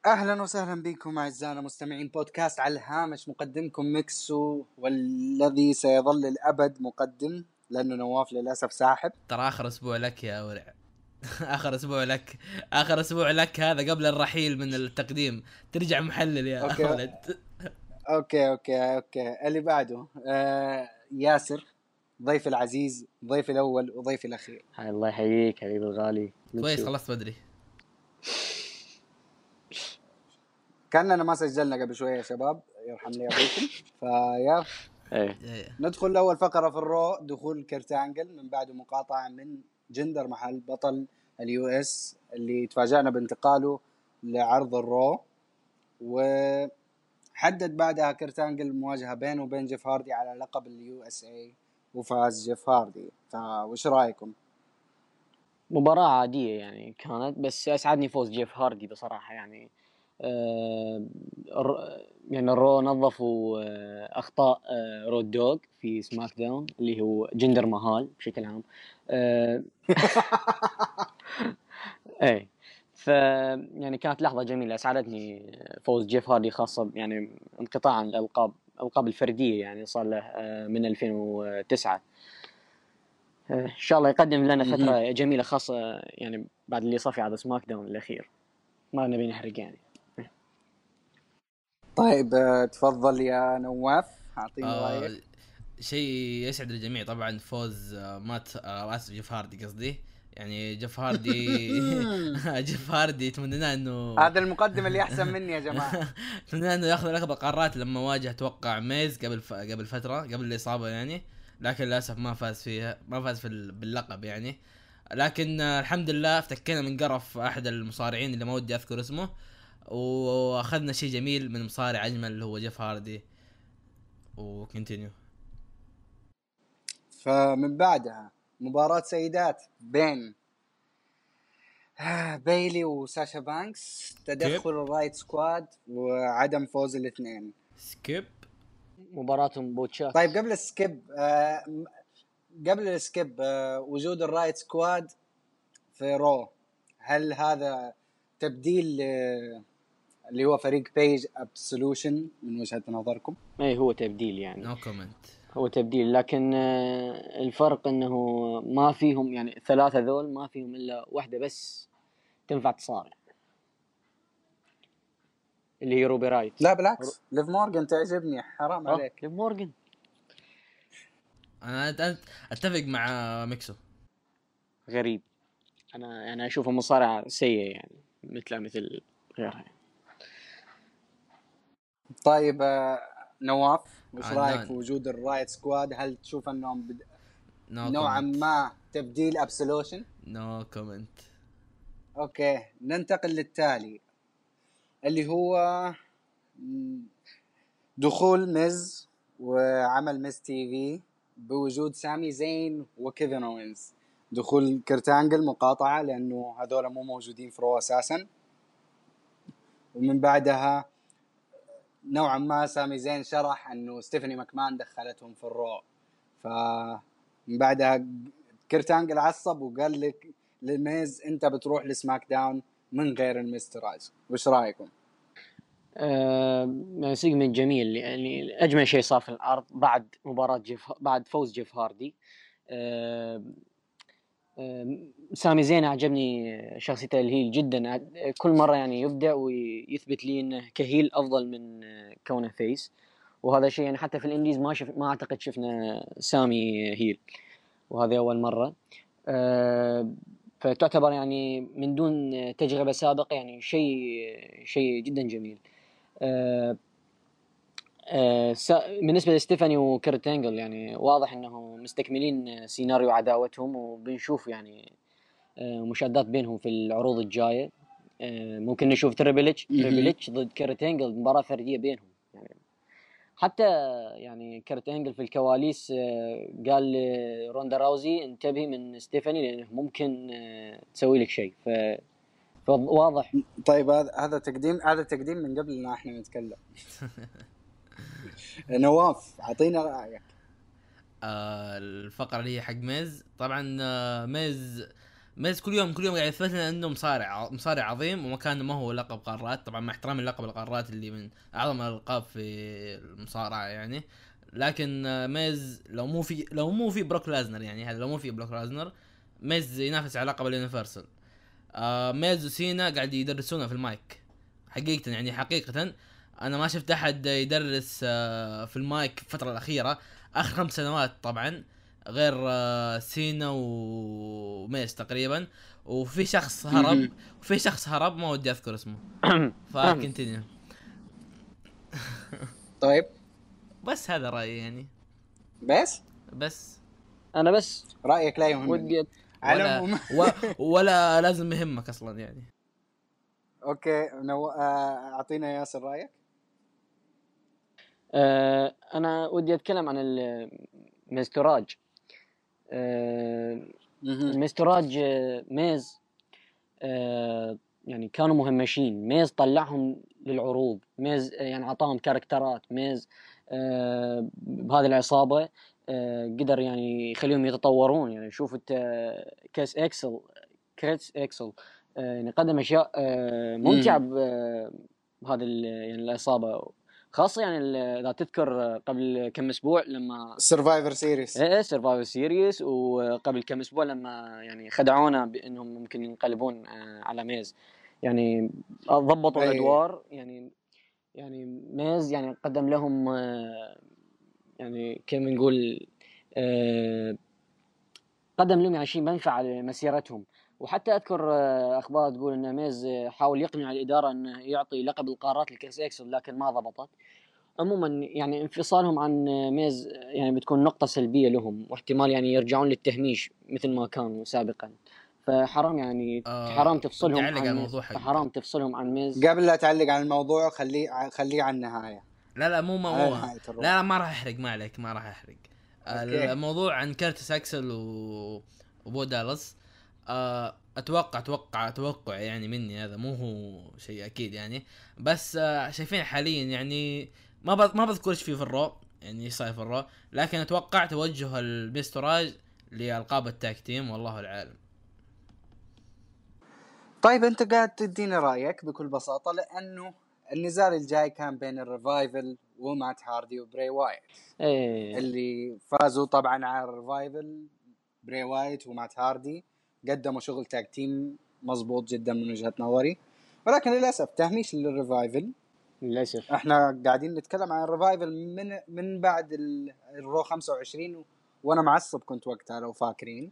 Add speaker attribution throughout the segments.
Speaker 1: أهلا وسهلا بكم أعزائنا مستمعين بودكاست على الهامش. مقدمكم ميكسو، والذي سيظل الأبد مقدم لأنه نواف للأسف ساحب.
Speaker 2: ترى آخر أسبوع لك يا ورع. آخر أسبوع لك هذا قبل الرحيل من التقديم. ترجع محلل يا
Speaker 1: أوكي.
Speaker 2: ولد.
Speaker 1: أوكي. اللي بعده ياسر، ضيف العزيز، ضيف الأول وضيف الأخير.
Speaker 3: حي الله يحييك حبيبي الغالي.
Speaker 2: كويس خلصت بدري.
Speaker 1: كأننا ما سجلنا قبل شوية يا شباب، يرحم لي أبوكم. فيا ندخل أول فقرة في الرو، دخول كرتانجل، من بعده مقاطعة من جندر محل بطل اليو اس اللي تفاجأنا بانتقاله لعرض الرو، وحدد بعدها كرتانجل مواجهة بينه وبين جيف هاردي على لقب اليو اس اي، وفاز جيف هاردي. فوش رأيكم؟
Speaker 3: مباراة عادية يعني كانت، بس أسعدني فوز جيف هاردي بصراحة. يعني يعني الرو نظفوا أخطاء رود دوغ في سماك داون اللي هو جندر مهال بشكل عام. اي يعني كانت لحظة جميلة أسعدتني فوز جيف هاردي، خاصة يعني انقطاع عن الألقاب الفردية، يعني صار له من 2009. ان شاء الله يقدم لنا فتره جميله، خاصه يعني بعد اللي صار في عرض سماك داون الاخير. ما نبي نحرق يعني.
Speaker 1: طيب تفضل يا نواف، اعطيني رايك.
Speaker 2: شيء يسعد الجميع طبعا فوز اسف جيف هاردي قصدي، يعني جيف هاردي. جيف هاردي اتمنى انه
Speaker 1: هذا المقدم اللي احسن مني يا جماعه.
Speaker 2: اتمنى انه ياخذ لقب القارات لما واجه اتوقع ميز قبل فتره قبل الاصابه يعني، لكن للاسف ما فاز فيها، ما فاز باللقب يعني. لكن الحمد لله افتكينا من قرف احد المصارعين اللي ما ودي اذكر اسمه، واخذنا شيء جميل من مصارع اجمل اللي هو جيف هاردي. وكنتينيو.
Speaker 1: فمن بعدها مباراة سيدات بين بايلي وساشا بانكس، تدخل الرايت سكواد وعدم فوز الاثنين.
Speaker 2: سكيب
Speaker 3: مباراتهم بوتشات.
Speaker 1: طيب قبل السكيب وجود الرايت سكواد في رو، هل هذا تبديل اللي هو فريق بيج ابسولوشن من وجهة نظركم؟
Speaker 3: اي هو تبديل يعني.
Speaker 2: نو كومنت.
Speaker 3: هو تبديل، لكن الفرق انه ما فيهم يعني الثلاثه ذول ما فيهم الا واحده بس تنفع تصارع، اللي هي روبي رايت.
Speaker 1: لا بالعكس، ليف مورغان تعجبني، حرام عليك.
Speaker 3: ليف مورغان.
Speaker 2: انا اتفق مع ميكسو.
Speaker 3: غريب. انا اشوفه مصارع سيء يعني، مثل غيرها.
Speaker 1: طيب نواف، وش رايك في وجود الرايت سكواد؟ هل تشوف انهم نوعا ما تبديل ابسولوشن؟
Speaker 2: نو كومنت.
Speaker 1: اوكي، ننتقل للتالي اللي هو دخول ميز وعمل ميز تي في بوجود سامي زين وكيفن اوينز. دخول كرتانجل مقاطعة لأنه هذول مو موجودين في رو أساسا. ومن بعدها نوعا ما سامي زين شرح أنه ستيفاني ماكمان دخلتهم في الرو. فمن بعدها كرتانجل عصب وقال لك للميز أنت بتروح لسماك داون من غير المستراج. وش رأيكم؟
Speaker 3: سيجمنت جميل يعني، اجمل شيء صار في العرض بعد مباراه بعد فوز جيف هاردي. سامي زين عجبني شخصيته الهيل جدا، كل مره يعني يبدع ويثبت لي انه كهيل افضل من كونه فيس، وهذا شيء يعني حتى في الانديز ما اعتقد شفنا سامي هيل، وهذه اول مره. فتعتبر يعني من دون تجربه سابقه يعني شيء جدا جميل. بالنسبه لستيفاني وكيرت أنجل يعني واضح انه مستكملين سيناريو عداوتهم، وبنشوف يعني مشادات بينهم في العروض الجايه. ممكن نشوف تريبل اتش ضد كيرت أنجل، مباراه فرديه بينهم يعني. حتى يعني كيرت أنجل في الكواليس قال لروندا راوزي انتبهي من ستيفاني لانه ممكن تسوي لك شيء. فواضح.
Speaker 1: طيب هذا تقديم من قبل ما احنا نتكلم. نواف اعطينا رايك.
Speaker 2: الفقره اللي هي حق ميز طبعا. ميز ميز كل يوم قاعد يثبت لنا انه مصارع عظيم، ومكانه ما هو لقب قارات، طبعا مع احترامي لقب القارات اللي من اعظم الالقاب في المصارعه يعني. لكن ميز لو مو في بروك لازنر، يعني هذا لو مو في بروك لازنر، ميز ينافس على لقب اليونيفرسال. ميز وسينا قاعد يدرسونا في المايك حقيقه، يعني حقيقه انا ما شفت احد يدرس في المايك الفتره الاخيره، اخر 5 سنوات طبعا، غير سينا وميس تقريبا. وفي شخص هرب، ما ودي اذكر اسمه. فكنتينيو.
Speaker 1: طيب
Speaker 2: بس هذا رايي يعني. بس
Speaker 1: انا بس رايك لا يهمني
Speaker 3: ودي
Speaker 1: على
Speaker 2: ولا
Speaker 1: العموم.
Speaker 2: ولا لازم يهمك اصلا يعني.
Speaker 1: اوكي اعطينا ياسر رايك.
Speaker 3: انا ودي اتكلم عن المستراج. المستراج ميز يعني كانوا مهمشين. ميز طلعهم للعروض، ميز يعني عطاهم كاركترات. ميز بهذه العصابة قدر يعني يخليهم يتطورون. يعني شوف انت كريس اكسل يعني قدم اشياء ممتعة بهذه يعني العصابة، خاصة يعني اذا تذكر قبل كم اسبوع لما
Speaker 1: سرفايفر سيريس.
Speaker 3: سرفايفر سيريس، وقبل كم اسبوع لما يعني خدعونا بانهم ممكن ينقلبون على ميز، يعني ضبطوا الادوار. يعني ميز يعني قدم لهم يعني كيف نقول قدم لهم يعني شيء منفعة لمسيرتهم. وحتى اذكر اخبار تقول ان ميز حاول يقنع الاداره انه يعطي لقب القارات لكريس اكسل، لكن ما ضبطت. عموما يعني انفصالهم عن ميز يعني بتكون نقطة سلبية لهم، واحتمال يعني يرجعون للتهميش مثل ما كانوا سابقا. فحرام يعني حرام
Speaker 2: بدي
Speaker 3: تفصلهم
Speaker 2: اعلق على
Speaker 3: عن
Speaker 2: الموضوع حق.
Speaker 3: حرام تفصلهم عن ميز.
Speaker 1: قبل لا تعلق عن الموضوع خليه على النهايه.
Speaker 2: لا مو
Speaker 1: على نهايه
Speaker 2: لا ما راح احرق، ما عليك، ما راح احرق.
Speaker 1: أوكي.
Speaker 2: الموضوع عن كيرتس اكسل وبو دالاس. اتوقع يعني مني، هذا مو هو شيء اكيد يعني. بس شايفين حاليا يعني ما بذكر ايش في الرو، يعني ايش صاير في الرو، لكن اتوقع توجه المستراج لالقاب التاك تيم، والله العالم.
Speaker 1: طيب انت قاعد تديني رايك بكل بساطه، لانه النزال الجاي كان بين الريفايفل ومات هاردي وبري وايت. اللي فازوا طبعا على الريفايفل بري وايت ومات هاردي، قدموا شغل تاك تيم مزبوط جدا من وجهة نظري، ولكن للأسف تهميش للريفايفل.
Speaker 3: للأسف
Speaker 1: احنا قاعدين نتكلم عن الريفايفل من بعد الرو 25، وانا معصب كنت وقتها لو فاكرين.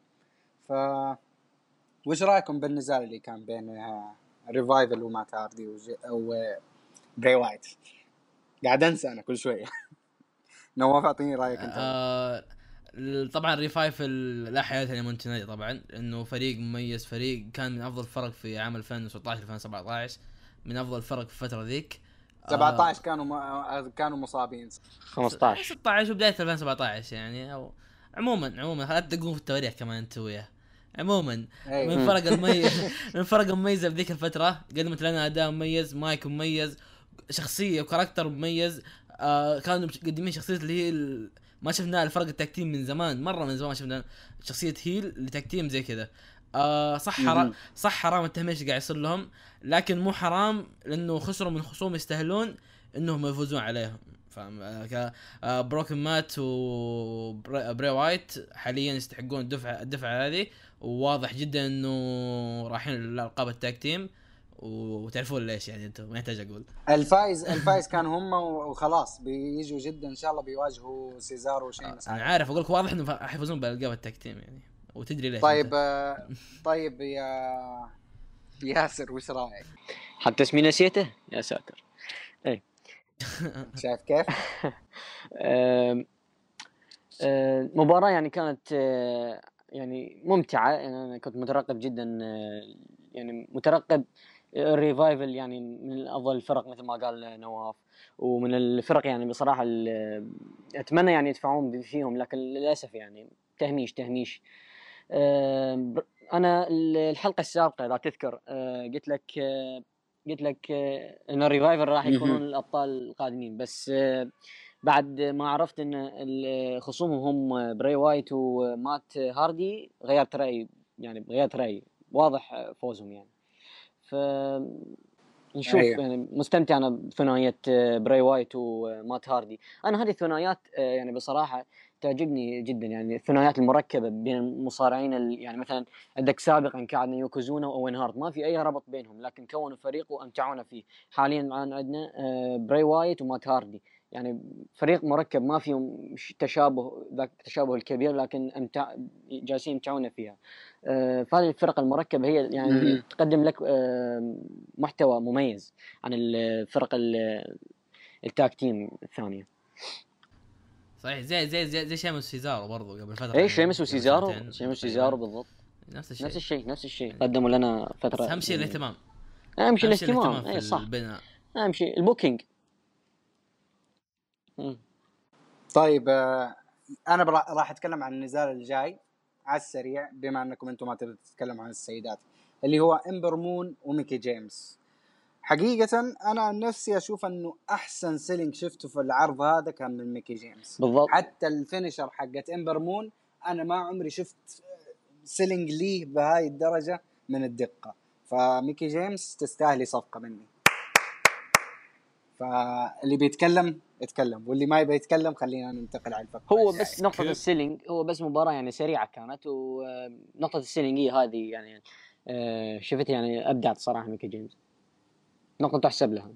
Speaker 1: وش رايكم بالنزال اللي كان بين ريفايفل ومات هاردي او بري وايت؟ قاعد انسى انا كل شويه. نواف اعطيني رايك انت.
Speaker 2: طبعا ريفايفل لا حياة لمن تنادي، طبعا انه فريق مميز، فريق كان من افضل الفرق في عام 2016 2017، من افضل الفرق في الفتره ذيك.
Speaker 1: 17 كانوا مصابين.
Speaker 3: 15
Speaker 2: 16 وبدايه 2017 يعني. او عموما لا تدقون في التواريخ كمان انت وياه. عموما من فرق المميز من فرق مميزه بذيك الفتره، قدمت لنا اداء مميز، مايك مميز، شخصيه وكاركتر مميز. كانوا مقدمين شخصيه اللي هي ما شفناها الفرق التكتيم من زمان، مره من زمان ما شفنا شخصيه هيل لتكتيم زي كذا. صح حرام التهميش قاعد يصير لهم، لكن مو حرام لانه خسروا من خصوم يستاهلون انهم يفوزون عليهم. فاهم؟ بروكن مات وبري وايت حاليا يستحقون الدفعه هذه، وواضح جدا انه رايحين للقب التاك تيم، وتعرفون ليش يعني، انتم ما يحتاج اقول.
Speaker 1: الفايز كان هم، وخلاص بيجوا جدا ان شاء الله بيواجهوا سيزارو وشيمس.
Speaker 2: انا عارف، اقول لك واضح انه حيفوزون بالقب التاك تيم يعني، وتدري ليش.
Speaker 1: طيب يا ياسر وش رايك؟
Speaker 3: حتى اسمي نسيته يا ساتر. اي
Speaker 1: شايف كيف؟
Speaker 3: مباراة يعني كانت يعني ممتعة. يعني أنا كنت مترقب جدا، يعني مترقب الريفايفل يعني من أفضل الفرق مثل ما قال نواف، ومن الفرق يعني بصراحة أتمنى يعني يدفعون فيهم، لكن للأسف يعني تهميش. أنا الحلقة السابقة إذا تذكر قلت لك إن الريفايفل راح يكونون الأبطال القادمين، بس بعد ما عرفت ان خصومهم هم بري وايت ومات هاردي غيرت رأيي. واضح فوزهم يعني. ف نشوف
Speaker 1: أيوة.
Speaker 3: يعني مستمتع انا بثنائيه براي وايت ومات هاردي. انا هذه الثنائيات يعني بصراحه تعجبني جدا، يعني الثنائيات المركبه بين المصارعين يعني مثلا عندك سابقا كان يوكوزونا واوين هارت ما في اي ربط بينهم، لكن كونوا فريق وامتعونا فيه. حاليا معنا عندنا براي وايت ومات هاردي، يعني فريق مركب ما فيهم تشابه، ذاك التشابه الكبير، لكن جالسين يمتعونا فيها. فهذه الفرق المركبة هي يعني تقدم لك محتوى مميز عن الفرق التاك تيم الثانية.
Speaker 2: صحيح، زي شيمس وسيزارو برضو قبل فترة.
Speaker 3: اي شيمس وسيزارو بالضبط نفس الشيء قدموا لنا فترة.
Speaker 2: اهم شيء الاهتمام،
Speaker 3: اهم شيء الاهتمام.
Speaker 2: اي صح، البناء.
Speaker 3: اهم شيء البوكينج.
Speaker 1: طيب انا راح اتكلم عن النزال الجاي على السريع، بما انكم انتم ما تبغوا تتكلموا عن السيدات، اللي هو امبر مون وميكي جيمس. حقيقة انا عن نفسي اشوف انه احسن سيلينج شفته في العرض هذا كان من ميكي جيمس
Speaker 3: بالضبط.
Speaker 1: حتى الفينيشر حقت امبر مون انا ما عمري شفت سيلينج ليه بهاي الدرجة من الدقة. فميكي جيمس تستاهلي صفقة مني. فاللي بيتكلم يتكلم، واللي ما يبي يتكلم خلينا ننتقل على الفقرة.
Speaker 3: هو بس نقطة السيلينج، هو بس مباراة يعني سريعة كانت، ونقطة السيلينج هي هذه يعني شفت يعني أبدعت صراحة ميكي جيمس، نقطة تحسب لها.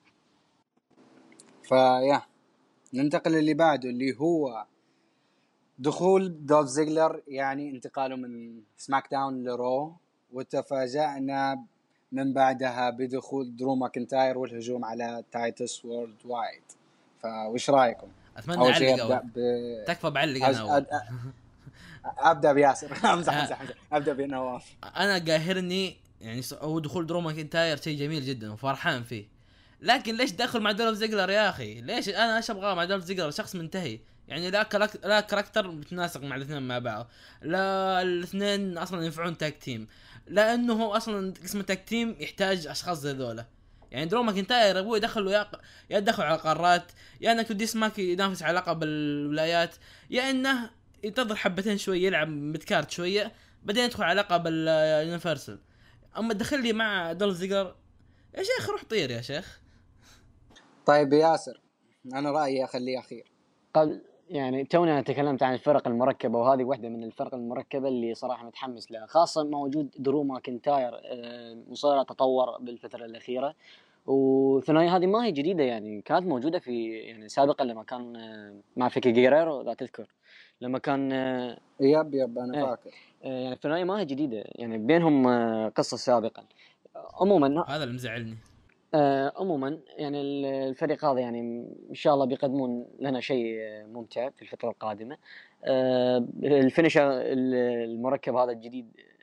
Speaker 1: فيا ننتقل اللي بعده اللي هو دخول دولف زيجلر، يعني انتقاله من سماك داون لرو، وتفاجأنا من بعدها بدخول درو ماكنتاير والهجوم على تايتس وورلد وايد. فوش رايكم؟
Speaker 2: اتمنى اعلق تكفى بعلق انا
Speaker 1: ابدا بياسر. امزح ابدا بنواف.
Speaker 2: انا قاهرني يعني هو دخول درو ماكنتاير شيء جميل جدا وفرحان فيه، لكن ليش دخل مع دولف زيجلر يا اخي؟ ليش انا ايش ابغى مع دولف زيجلر؟ شخص منتهي يعني، لا كاركتر متناسق مع الاثنين مع بعض، لا الاثنين اصلا ينفعون تاك تيم، لانه هو اصلا اسمه تاك تيم يحتاج اشخاص زي ذولا. يعني درو ماكنتاير ابوه يدخلوا يا يدخل على قارات، يا انك تودي سماك ينافس على لقب الولايات، يا انه ينتظر حبتين شوي يلعب متكارت شويه بعدين يدخل على لقب اليونيفرسال. اما تدخل لي مع دولف زيجلر يا شيخ روح طير يا شيخ.
Speaker 1: طيب ياسر انا رايي اخليه اخير.
Speaker 3: قبل يعني تونا تكلمت عن الفرق المركبه، وهذه واحده من الفرق المركبه اللي صراحه متحمس لها، خاصه مع وجود درو ماكنتاير مصارع تطور بالفتره الاخيره. والثنائيه هذه ما هي جديده، يعني كانت موجوده في يعني سابقا لما كان مع فيكي جيريرو، اذا تذكر لما كان
Speaker 1: يب انا فاكر.
Speaker 3: يعني الثنائيه ما هي جديده، يعني بينهم قصه سابقا. عموما
Speaker 2: هذا اللي مزعلني.
Speaker 3: عموما يعني الفريق هذا يعني ان شاء الله بيقدمون لنا شيء ممتع في الفتره القادمه. الفينيشر المركب هذا الجديد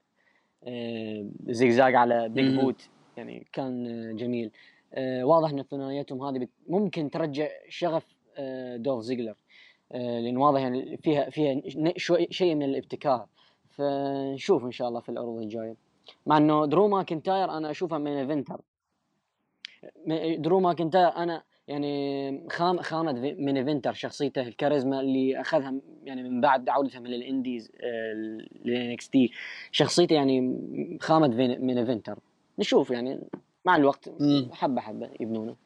Speaker 3: زيغزاغ على بيج بوت يعني كان جميل. واضح ان ثنائيتهم هذه ممكن ترجع شغف دولف زيجلر، لان واضح يعني فيها شيء من الابتكار. فنشوف ان شاء الله في العروض الجايه. مع انه درو ماكنتاير انا اشوفه من ايفنتر، درو ماكنتاير انا يعني خانت من ايفنتر، شخصيته الكاريزما اللي اخذها يعني من بعد عودته من الانديز للانكس تي، شخصيته يعني خامت من ايفنتر. نشوف يعني مع الوقت حبه يبنونه.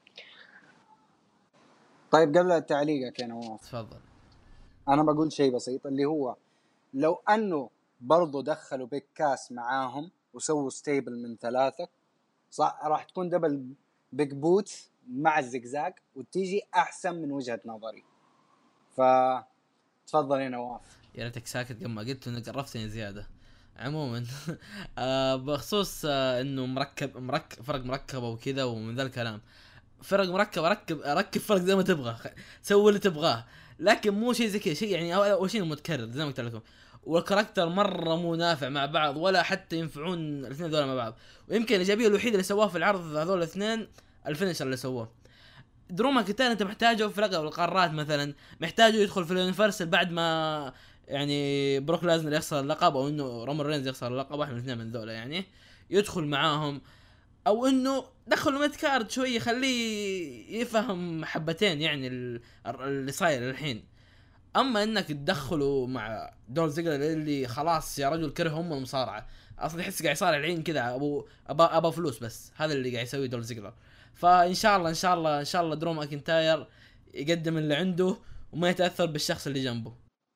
Speaker 1: طيب قبل تعليقك يا نواف
Speaker 2: تفضل.
Speaker 1: انا بقول شيء بسيط، اللي هو لو انه برضو دخلوا بيك كاس معاهم وسووا ستيبل من 3 صح راح تكون دبل بيج بوت مع الزقزاق وتيجي احسن من وجهة نظري. فتفضل يا نواف.
Speaker 2: يا ريتك ساكت لما قلت انك قرفتني زياده. عموما بخصوص انه مركب فرق مركبه وكذا ومن ذا الكلام، فرق مركبه ركب فرق زي ما تبغى، سوي اللي تبغاه، لكن مو شيء زي كذا، شيء يعني اول شيء متكرر زي ما قلت لكم، والكاركتر مره مو نافع مع بعض ولا حتى ينفعون الاثنين ذول مع بعض. ويمكن الايجابيه الوحيده اللي سووها في العرض هذول الاثنين الفينيشر اللي سووه. درو ماكنتاير انت محتاجه في لقب القارات مثلا، محتاجه يدخل في اليونيفرسال بعد ما يعني بروك لازنر يخسر اللقب، او انه رومان رينز يخسر اللقب، واحد من الاثنين من ذولا يعني يدخل معاهم، او انه دخلوا ميد كارد شوي يخليه يفهم حبتين يعني اللي صاير الحين. اما انك تدخلوا مع دول زيجلر اللي خلاص يا رجل كره المصارعه، اصلا يحس قاعد يصارع الحين كذا ابو فلوس، بس هذا اللي قاعد يسويه دول زيجلر. فان شاء الله ان شاء الله ان شاء الله درو ماكنتاير يقدم اللي عنده وما يتاثر بالشخص اللي جنبه.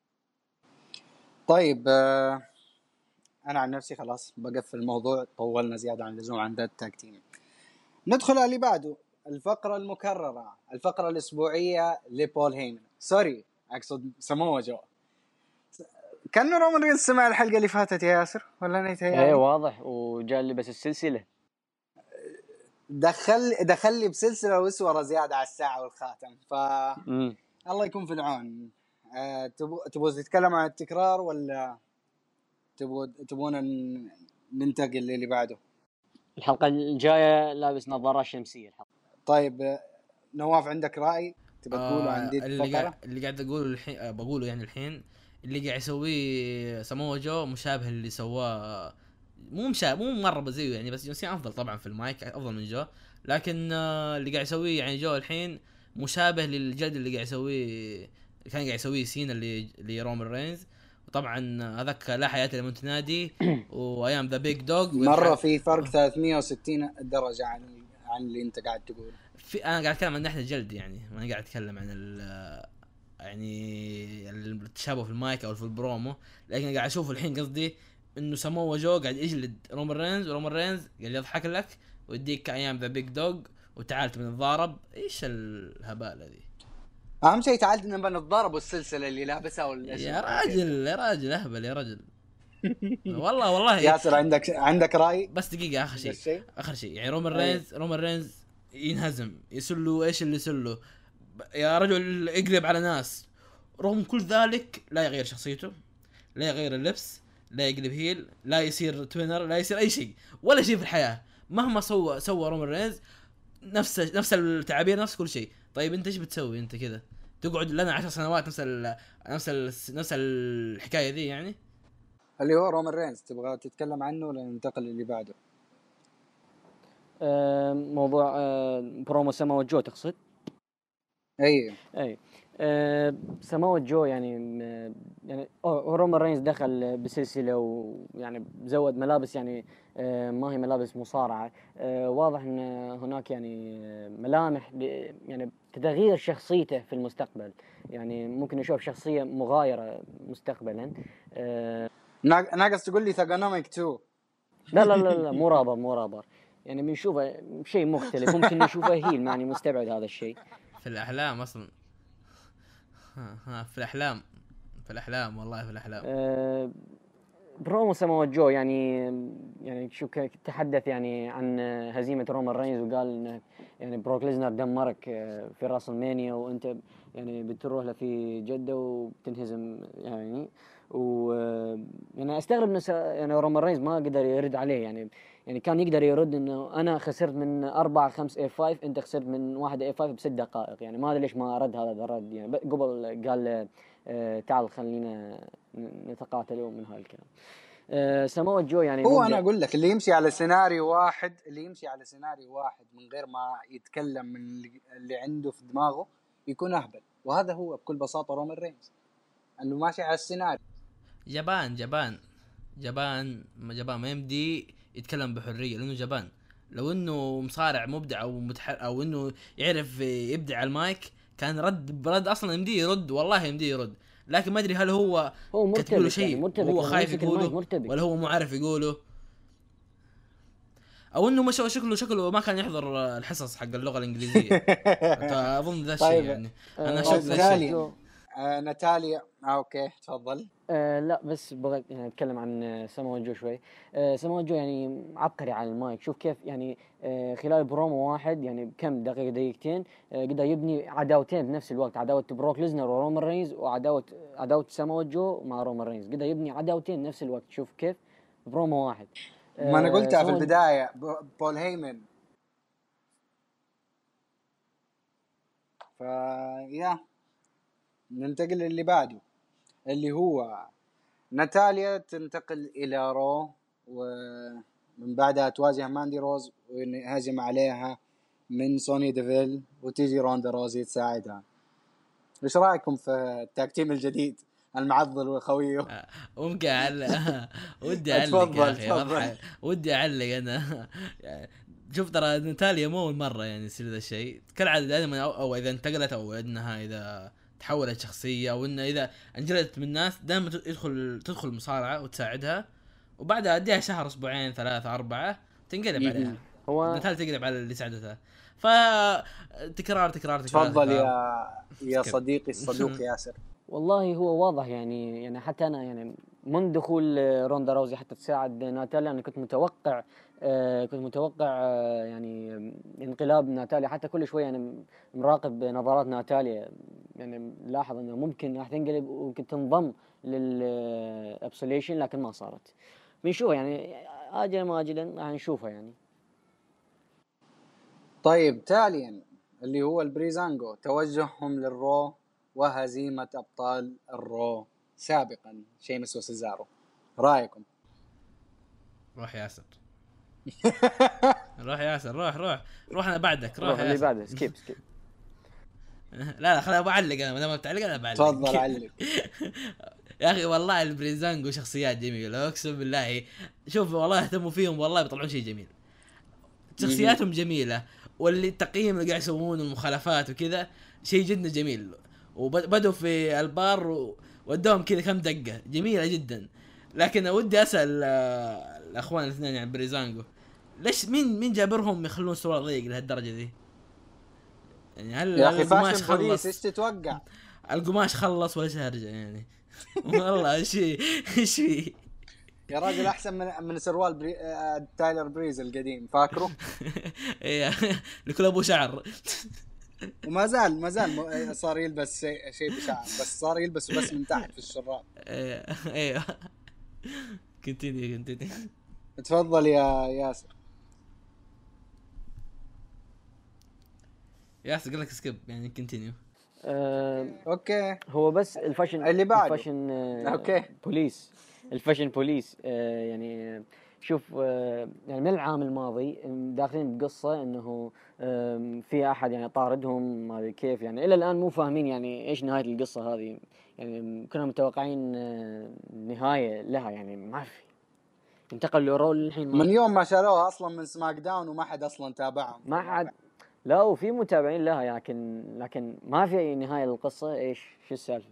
Speaker 1: طيب انا عن نفسي خلاص بقفل الموضوع، طولنا زياده عن اللزوم عن ذا التاج تيم. ندخل على اللي بعده، الفقره المكرره، الفقره الاسبوعيه لبول هيمن، سوري اقصد سمو جو. كانه رومان رينز سمع الحلقه اللي فاتت يا ياسر ولا انا يتهيألي؟
Speaker 3: ايه واضح، وجاء لبس السلسله.
Speaker 1: دخل لي بسلسله وسوره زياده على الساعه والخاتم، ف
Speaker 3: امم
Speaker 1: الله يكون في العون. تبغوا تتكلم عن التكرار ولا تبغون ننتقل للي بعده؟
Speaker 3: الحلقه الجايه لابس نظاره شمسيه الحلقه.
Speaker 1: طيب نواف عندك رأي تبغى تقوله عن دي الفقرة؟
Speaker 2: اللي قاعد اقوله الحين بقوله يعني الحين اللي قاعد يسويه سمو جو مشابه اللي سواه، مو مره زيه يعني، بس جون افضل طبعا في المايك، افضل من جو، لكن اللي قاعد يسويه يعني جو الحين مشابه للجلد اللي قاعد يسويه كان قاعد يسويه سينا اللي رومان رينز. وطبعا هذاك لا حياة لمن تنادي وايام ذا بيج دوغ
Speaker 1: مرة في فرق 360 درجة عن اللي انت قاعد تقول.
Speaker 2: انا قاعد اتكلم عن ناحية الجلد يعني، ما قاعد اتكلم عن يعني التشابه في المايك او في البرومو، لكن قاعد اشوف الحين قصدي انه سمو جو قاعد يجلد رومان رينز، ورومان رينز قاعد يضحك لك ويديك ايام ذا بيج دوغ وتعالت من الضارب. ايش الهبالة ذي؟
Speaker 1: اهم شيء تعالت نبى نتضارب والسلسلة اللي لابسها
Speaker 2: يا راجل اهبل يا رجل. والله
Speaker 1: ياسر عندك رأي؟
Speaker 2: بس دقيقة، اخر شيء يعني رومان رينز ينهزم، يسلو ايش اللي يسلو يا رجل، يقلب على ناس، رغم كل ذلك لا يغير شخصيته، لا يغير اللبس، لا يقلب هيل، لا يصير توينر، لا يصير اي شيء ولا شيء في الحياة مهما سوى رومان رينز، نفس التعابير، نفس كل شيء. طيب انت ايش بتسوي انت كذا؟ تقعد لنا 10 سنوات نفس الحكاية ذي يعني؟
Speaker 1: اللي هو رومان رينز تبغى تتكلم عنه ولا ننتقل للي بعده؟
Speaker 3: موضوع برومو سمو جو تقصد؟
Speaker 1: اي
Speaker 3: سمو جو يعني يعني رومان رينز دخل بسلسله ويعني زود ملابس يعني ما هي ملابس مصارعه. واضح ان هناك يعني ملامح يعني تغيير شخصيته في المستقبل، يعني ممكن نشوف شخصيه مغايره مستقبلا.
Speaker 1: ناقص تقول لي ثاغونوميك 2.
Speaker 3: لا مو رابر يعني بنشوفه شيء مختلف، ممكن نشوفه هيل، معني مستبعد هذا الشيء
Speaker 2: في الاحلام اصلا. في الاحلام والله في الاحلام.
Speaker 3: برومو سمو جو يعني شو تحدث يعني عن هزيمة رومان رينز، وقال إنه يعني بروك ليزنر دمرك في راس المانيا، وأنت يعني بتروح له في جدة وبتنهزم يعني. يعني استغرب انه يعني رومان رينز ما قدر يرد عليه، يعني كان يقدر يرد انه انا خسرت من 4-5 A5، انت خسرت من 1 A5 ب6 دقائق، يعني ما ادري ليش ما رد هذا الرد يعني. قبل قال تعال خلينا نتقاتل من هاي الكلام. سمو جو يعني
Speaker 1: هو انا اقول لك اللي يمشي على سيناريو واحد من غير ما يتكلم من اللي عنده في دماغه يكون اهبل، وهذا هو بكل بساطه رومان رينز، انه ماشي على السيناريو.
Speaker 2: جبان ما يمدي يتكلم بحريه لانه جبان. لو انه مصارع مبدع او انه يعرف يبدع على المايك كان رد اصلا يمدي يرد، والله يمدي يرد، لكن ما ادري هل هو كتب له شيء يعني هو خايف يقوله ولا هو مو عارف يقوله، او انه مش شكله ما كان يحضر الحصص حق اللغه الانجليزيه. اظن ذا الشيء
Speaker 1: طيب.
Speaker 2: يعني انا اشوف ذا الشيء.
Speaker 1: ناتاليا اوكي تفضل.
Speaker 3: لا بس بغيت يعني اتكلم عن سمو جو شوي. سمو جو يعني عبقري على المايك، شوف كيف يعني خلال برومو واحد يعني كم دقيقتين قدر يبني عداوتين بنفس الوقت، عداوة بروك ليزنر ورومان رينز، وعداوة سمو جو مع رومان رينز، قدر يبني عداوتين نفس الوقت، شوف كيف برومو واحد.
Speaker 1: ما انا قلتها في البداية، بول هيمن. فيا ننتقل للي بعده اللي هو ناتاليا تنتقل إلى رو، ومن بعدها تواجه ماندي روز وينهزم عليها من سوني ديفيل، وتيجي روندا روزي تساعدها. ايش رايكم في التاك تيم الجديد؟ المعضل وخويه.
Speaker 2: ممكن ودي اعلق
Speaker 1: اتفضل،
Speaker 2: يا اخي
Speaker 1: اتفضل.
Speaker 2: واضح ودي اعلق انا. شوف ترى ناتاليا مو اول مره يعني يصير ذا الشيء، كالعاده دائما أو اذا انتقلت او انها اذا تحولت شخصيه او انها اذا انجلت من الناس دائما تدخل المصارعه وتساعدها، وبعدها اديها شهر اسبوعين 3 4 تنقلب عليها.
Speaker 3: هو
Speaker 2: ناتاليا تقلب على اللي ساعدتها. ف تكرار تكرار تكرار
Speaker 1: تفضل
Speaker 2: تكرار.
Speaker 1: يا
Speaker 2: سكيب.
Speaker 1: صديقي الصدوق ياسر.
Speaker 3: والله هو واضح يعني حتى انا يعني من دخول روندا راوزي حتى تساعد ناتاليا انا كنت متوقع يعني انقلاب ناتاليا. حتى كل شويه انا مراقب نظرات ناتاليا، يعني لاحظ انه ممكن راح تنقلب وممكن تنضم للابسوليشن، لكن ما صارت. بنشوفها يعني اجلا ما اجلا راح نشوفها يعني.
Speaker 1: طيب تاليا اللي هو البريزانجو، توجههم للرو وهزيمة أبطال الرو سابقا شيمس وسيزارو، رأيكم؟
Speaker 2: روح ياسر. روح ياسر، روح انا بعدك. روح
Speaker 3: اللي
Speaker 2: ياسر.
Speaker 3: بعده سكيب.
Speaker 2: لا خليني بعلق انا، ما دام بتعلق انا بعلق.
Speaker 1: تفضل علق.
Speaker 2: يا اخي والله البريزانجو شخصيات جميله اقسم بالله. شوف والله اهتموا فيهم والله بيطلعون شيء جميل. شخصياتهم جميله، واللي التقييم اللي قاعد يسوون المخالفات وكذا شيء جدا جميل. وبدوا في البار ودوهم كذا كم دقه جميله جدا. لكن ودي اسال الاخوان الاثنين يعني بريزانجو، ليش مين جابرهم يخلون سوار ضيق لهالدرجه ذي؟ يعني هل
Speaker 1: يا أخي
Speaker 2: القماش
Speaker 1: فاشن بوليس،
Speaker 2: خلص؟
Speaker 1: إيش تتوقع؟
Speaker 2: القماش خلص ولا شهرجه يعني؟ والله ايش فيه
Speaker 1: يا راجل أحسن من سروال تايلر بريز القديم، فاكره؟
Speaker 2: ايه لكل ابو شعر.
Speaker 1: وما زال صار يلبس شيء بشعر، بس صار يلبس بس من تحت في الشراب.
Speaker 2: ايه كنتيني
Speaker 1: تفضل يا ياسر.
Speaker 2: ياسر قال لك سكيب يعني كنتينيو.
Speaker 1: اوكي
Speaker 3: هو بس الفاشن
Speaker 1: اللي بعده.
Speaker 3: الفاشن
Speaker 1: أوكي.
Speaker 3: بوليس. الفاشن بوليس يعني شوف يعني من العام الماضي داخلين بقصة انه في احد يعني طاردهم، ما ادري كيف يعني. الى الان مو فاهمين يعني ايش نهاية القصة هذه. يعني كنا متوقعين نهاية لها، يعني ما في. انتقل لرول الحين
Speaker 1: من يوم ما شالوها اصلا من سماك داون وما حد اصلا تابعهم.
Speaker 3: ما حد. لا وفي متابعين لها، لكن ما في اي نهاية للقصة. ايش شو السالفة؟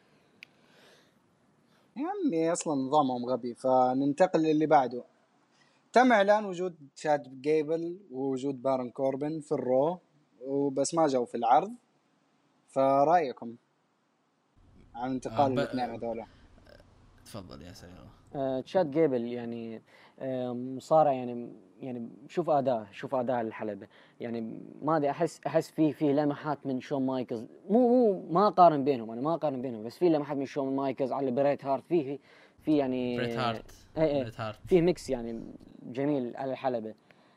Speaker 1: يا عمي اصلا نظامهم غبي. فننتقل للي بعده. تم اعلان وجود تشاد جيبل ووجود بارن كوربن في الرو، وبس ما جاوا في العرض. فرأيكم عن انتقال الاثنين هذولا؟
Speaker 2: تفضل يا سيارة.
Speaker 3: تشاد جيبل يعني مصارع يعني شوف اداء الحلبة يعني. ما ادري احس فيه لمحات من شون مايكلز. مو ما اقارن بينهم، انا ما اقارن بينهم، بس في لمحات من شون مايكلز على بريت هارت. في يعني
Speaker 2: بريت هارت.
Speaker 3: في ميكس يعني جميل على الحلبة.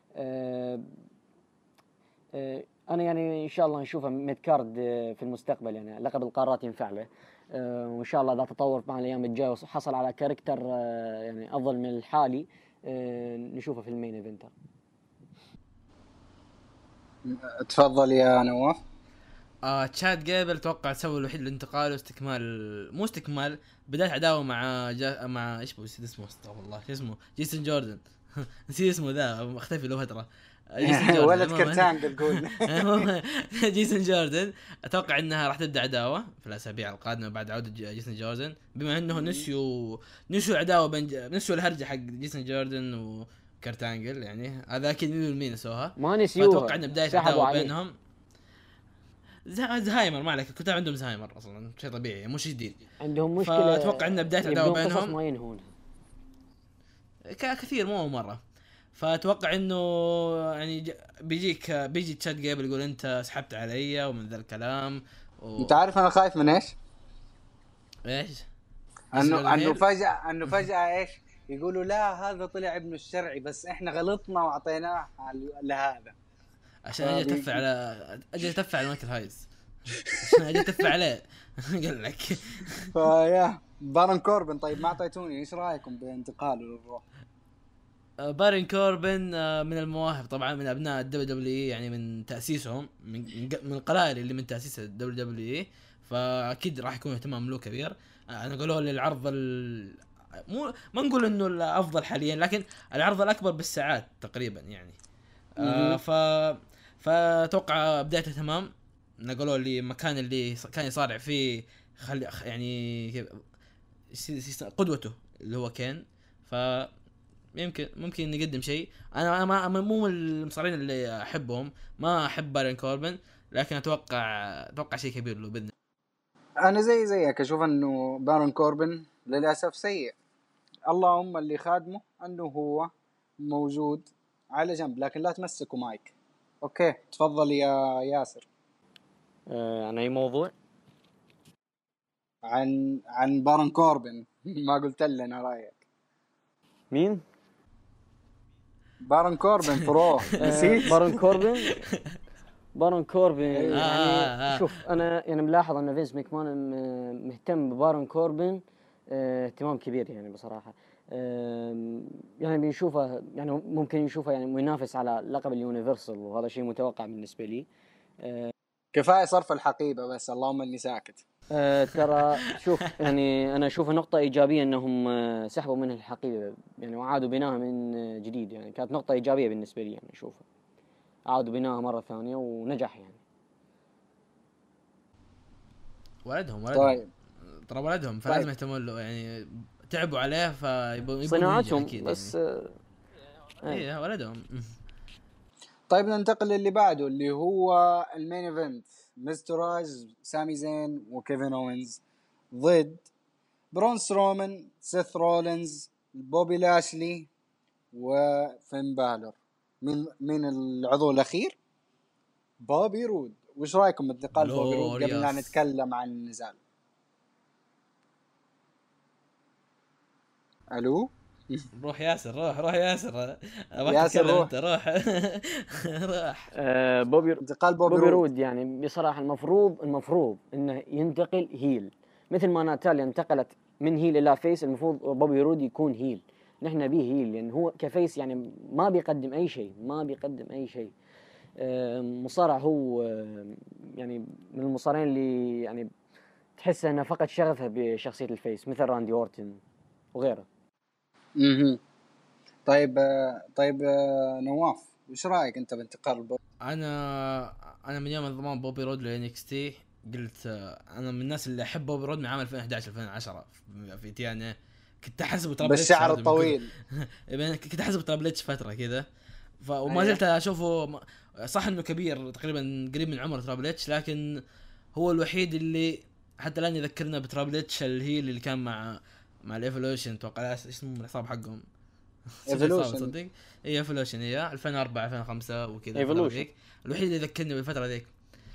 Speaker 3: انا يعني ان شاء الله نشوفه ميد كارد في المستقبل، يعني لقب القارات ينفع له. وان شاء الله اذا تطور مع الايام الجايه وحصل على كاركتر يعني افضل من الحالي نشوفه في المين ايفنتر.
Speaker 1: تفضل يا نواف.
Speaker 2: تشاد جيبل توقع سوى الوحيد الانتقال واستكمال، مو استكمال، بداية عداوة مع ايش اسمه، استغفر الله شو اسمه، جيسون جوردن. نسيت اسمه ذا، مختفي له فترة.
Speaker 1: ولد كرتانجل قول.
Speaker 2: جيسون جوردن اتوقع انها راح تبدا عداوه في الاسابيع القادمه بعد عوده جيسون جوردن، بما انه نسيوا العداوه نسيوا الهرجه حق جيسون جوردن وكرتانجل، يعني هذا اكيد مين نسوها.
Speaker 3: ما نسيوها،
Speaker 2: اتوقع ان بدايه عداوه بينهم. زهايمر ما عليك، كنت عندهم زهايمر اصلا شيء طبيعي مو شيء جديد،
Speaker 3: عندهم مشكله.
Speaker 2: اتوقع ان بدايه عداوه بينهم
Speaker 3: ما ينهون
Speaker 2: كثير مو مره. فاتوقع انه يعني بيجي تشاد جيبل يقول انت سحبت علي ومن ذا الكلام
Speaker 1: انت عارف انا خايف من ايش؟ انه فجأة ايش يقولوا، لا هذا طلع ابن الشرعي بس احنا غلطنا واعطيناه لهذا
Speaker 2: عشان اجي اتفع على مايكل هايز. اجي اتفع عليه. قال لك
Speaker 1: فيا بارن كوربن. طيب ما اعطيتوني ايش رايكم بانتقاله للروح؟
Speaker 2: بارن كوربن من المواهب طبعا، من ابناء الدبليو يعني من تاسيسهم، من القلائل اللي من تاسيس الدبليو، فاكيد راح يكون اهتمام له كبير. انا قالوا لي العرض مو ما نقول انه الافضل حاليا، لكن العرض الاكبر بالساعات تقريبا يعني.
Speaker 3: مهم.
Speaker 2: فتوقع بدايته تمام. نقولوا لي المكان اللي كان يصارع فيه يعني قدوته اللي هو كين. ف ممكن يقدم شيء. انا مو من المصارعين اللي احبهم، ما احب بارين كوربن، لكن اتوقع شيء كبير له باذن.
Speaker 1: انا زيك اشوف انه بارون كوربن للاسف سيء. اللهم اللي خادمه انه هو موجود على جنب، لكن لا تمسكوا مايك. اوكي تفضل يا ياسر.
Speaker 3: عن اي موضوع؟
Speaker 1: عن بارون كوربن. ما قلت لنا رايك.
Speaker 3: مين؟
Speaker 1: بارون كوربن برو. نسيت.
Speaker 3: بارون كوربن
Speaker 2: أيوة.
Speaker 3: شوف انا يعني ملاحظ ان فينس ميكمان مهتم ببارون كوربن اهتمام كبير يعني بصراحه. يعني بنشوفه يعني ممكن نشوفه يعني منافس على لقب اليونيفرسال، وهذا شيء متوقع بالنسبه لي.
Speaker 1: كفايه صرف الحقيبه بس، اللهم اني ساكت.
Speaker 3: ترى شوف يعني انا اشوف نقطه ايجابيه انهم سحبوا منه الحقيبه يعني وعادوا بناها من جديد، يعني كانت نقطه ايجابيه بالنسبه لي يعني اشوفها عادوا بناها مره ثانيه ونجح يعني.
Speaker 2: ولدهم
Speaker 1: طيب
Speaker 2: ترى ولدهم، فلازم
Speaker 1: طيب
Speaker 2: يهتمون له يعني. تعبوا عليه فيبون ينجح
Speaker 3: صناعتهم
Speaker 2: اكيد
Speaker 3: بس
Speaker 2: يعني. ايه ولدهم.
Speaker 1: طيب ننتقل للي بعده اللي هو المين ايفنت. مستراج سامي زين وكيفن اوينز ضد برون سترومان، سيث رولينز، بوبي لاشلي وفين بالور. مين العضو الاخير؟ بوبي رود. وش رايكم بانتقال بوبي رود قبل لا
Speaker 2: جلوريوس.
Speaker 1: نتكلم عن النزال؟ الو
Speaker 2: روح ياسر، روح ياسر. ابغاك
Speaker 1: ياسر
Speaker 2: تتكلم
Speaker 1: روح.
Speaker 2: انت، روح. روح.
Speaker 1: انتقال بوبي
Speaker 3: بوبي
Speaker 1: رود.
Speaker 3: رود يعني بصراحه المفروض انه ينتقل هيل مثل ما ناتاليا انتقلت من هيل الى فيس. المفروض بوبي رود يكون هيل. نحن نبيه هيل لان هو كفيس يعني ما بيقدم اي شيء. مصارع هو يعني من المصارعين اللي يعني تحس انه فقد شغفه بشخصيه الفيس مثل راندي اورتن وغيره.
Speaker 1: اها طيب نواف وش رايك انت بانتقال بوبي؟
Speaker 2: انا من يوم انضمام بوبي رود لانكس تي قلت انا من الناس اللي احب بوبي رود من عام 2011 2010 في تيانا. كنت احسبه ترابل اتش
Speaker 1: بالشعر
Speaker 2: برضه من كثر.
Speaker 1: الطويل.
Speaker 2: كنت احسبه ترابل اتش فتره كذا. وما
Speaker 1: أيوه.
Speaker 2: زلت اشوفه صح انه كبير تقريبا قريب من عمر ترابل اتش، لكن هو الوحيد اللي حتى الان يذكرنا بترابل اتش اللي كان مع الايفولوشن. اتوقع ايش اسمه العصابه حقهم. صعب
Speaker 1: ايفولوشن.
Speaker 2: تصدق. هي ايفولوشن، هي 2004 2005 وكذا الفتره
Speaker 3: ايفولوشن
Speaker 2: ذيك. الوحيد اللي يذكرني بالفتره ذيك،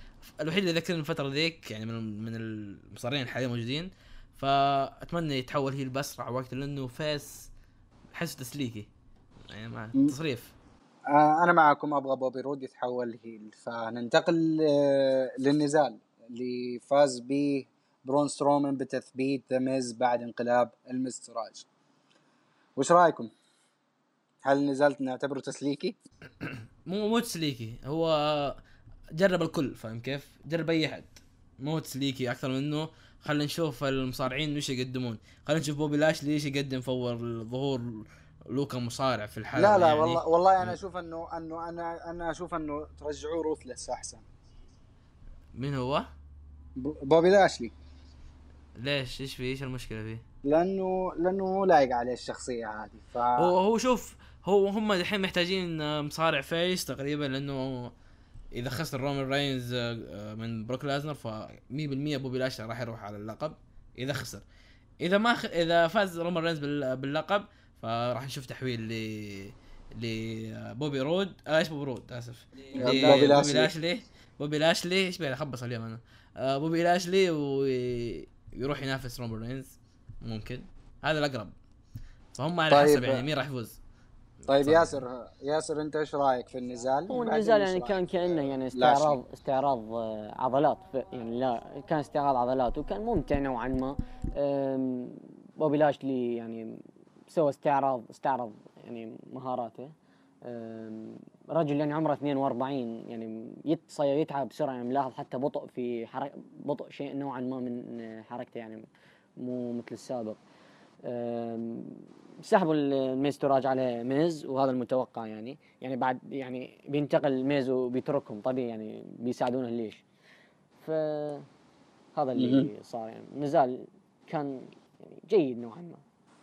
Speaker 2: الفتره ذيك يعني من المصارعين الحاليا موجودين. فاتمنى يتحول هي باسرع وقت لانه فاس حس تسليكي يعني مع تصريف.
Speaker 1: انا معكم، ابغى بوبي رود يتحول هيل. فننتقل للنزال اللي فاز به برون سترومان بتثبيت ذا ميز بعد انقلاب المستراج. وش رايكم؟ هل النزال نعتبره تسليكي؟
Speaker 2: مو تسليكي، هو جرب الكل، فاهم كيف؟ جرب اي احد، مو تسليكي اكثر منه. خلينا نشوف المصارعين وش يقدمون. خلينا نشوف بوبي لاش ايش يقدم فور ظهور لوكا مصارع في الحلبة
Speaker 1: لا
Speaker 2: يعني.
Speaker 1: والله انا اشوف انه انا اشوف انه ترجعوه روثلس احسن.
Speaker 2: مين هو؟
Speaker 1: بوبي لاشلي.
Speaker 2: ليش؟ ايش فيه؟ ايش المشكلة فيه؟
Speaker 1: لانه مو لايق عليه الشخصيه هذه.
Speaker 2: هو شوف، هم الحين محتاجين مصارع فيس تقريبا، لانه اذا خسر رومان راينز من بروك لازنر ف 100% بوبي لاش راح يروح على اللقب. اذا خسر، اذا فاز رومان رينز باللقب فراح نشوف تحويل بوبي رود. ايش بوبي رود اسف
Speaker 1: بوبي
Speaker 2: بوبي
Speaker 1: لاشلي.
Speaker 2: لاشلي. بوبي لاشلي ايش بيه خبص اليوم انا. بوبي لاشلي ويروح ينافس رومان رينز ممكن. هذا الاقرب. فهم على حسب يعني مين راح يفوز.
Speaker 1: طيب
Speaker 2: صح.
Speaker 1: ياسر انت ايش رايك في النزال؟
Speaker 3: هو
Speaker 1: بعدين
Speaker 3: النزال
Speaker 1: وش
Speaker 3: يعني
Speaker 1: رأيك
Speaker 3: كان كأنه يعني
Speaker 1: لاشلي؟
Speaker 3: استعراض عضلات يعني لا كان استعراض عضلات وكان ممتع نوعا ما. بوبي لاشلي يعني سوى استعرض يعني مهاراته. رجل يعني عمره 42 يعني يتعب بسرعة يعني ملاحظ حتى بطء في بطء شيء نوعا ما من حركته يعني مو مثل السابق. سحبوا الميز توراج على ميز، وهذا المتوقع يعني بعد يعني بينتقل الميز وبيتركهم طبيعي، يعني بيساعدونه ليش. فهذا اللي صار، يعني نزال كان يعني جيد نوعا ما.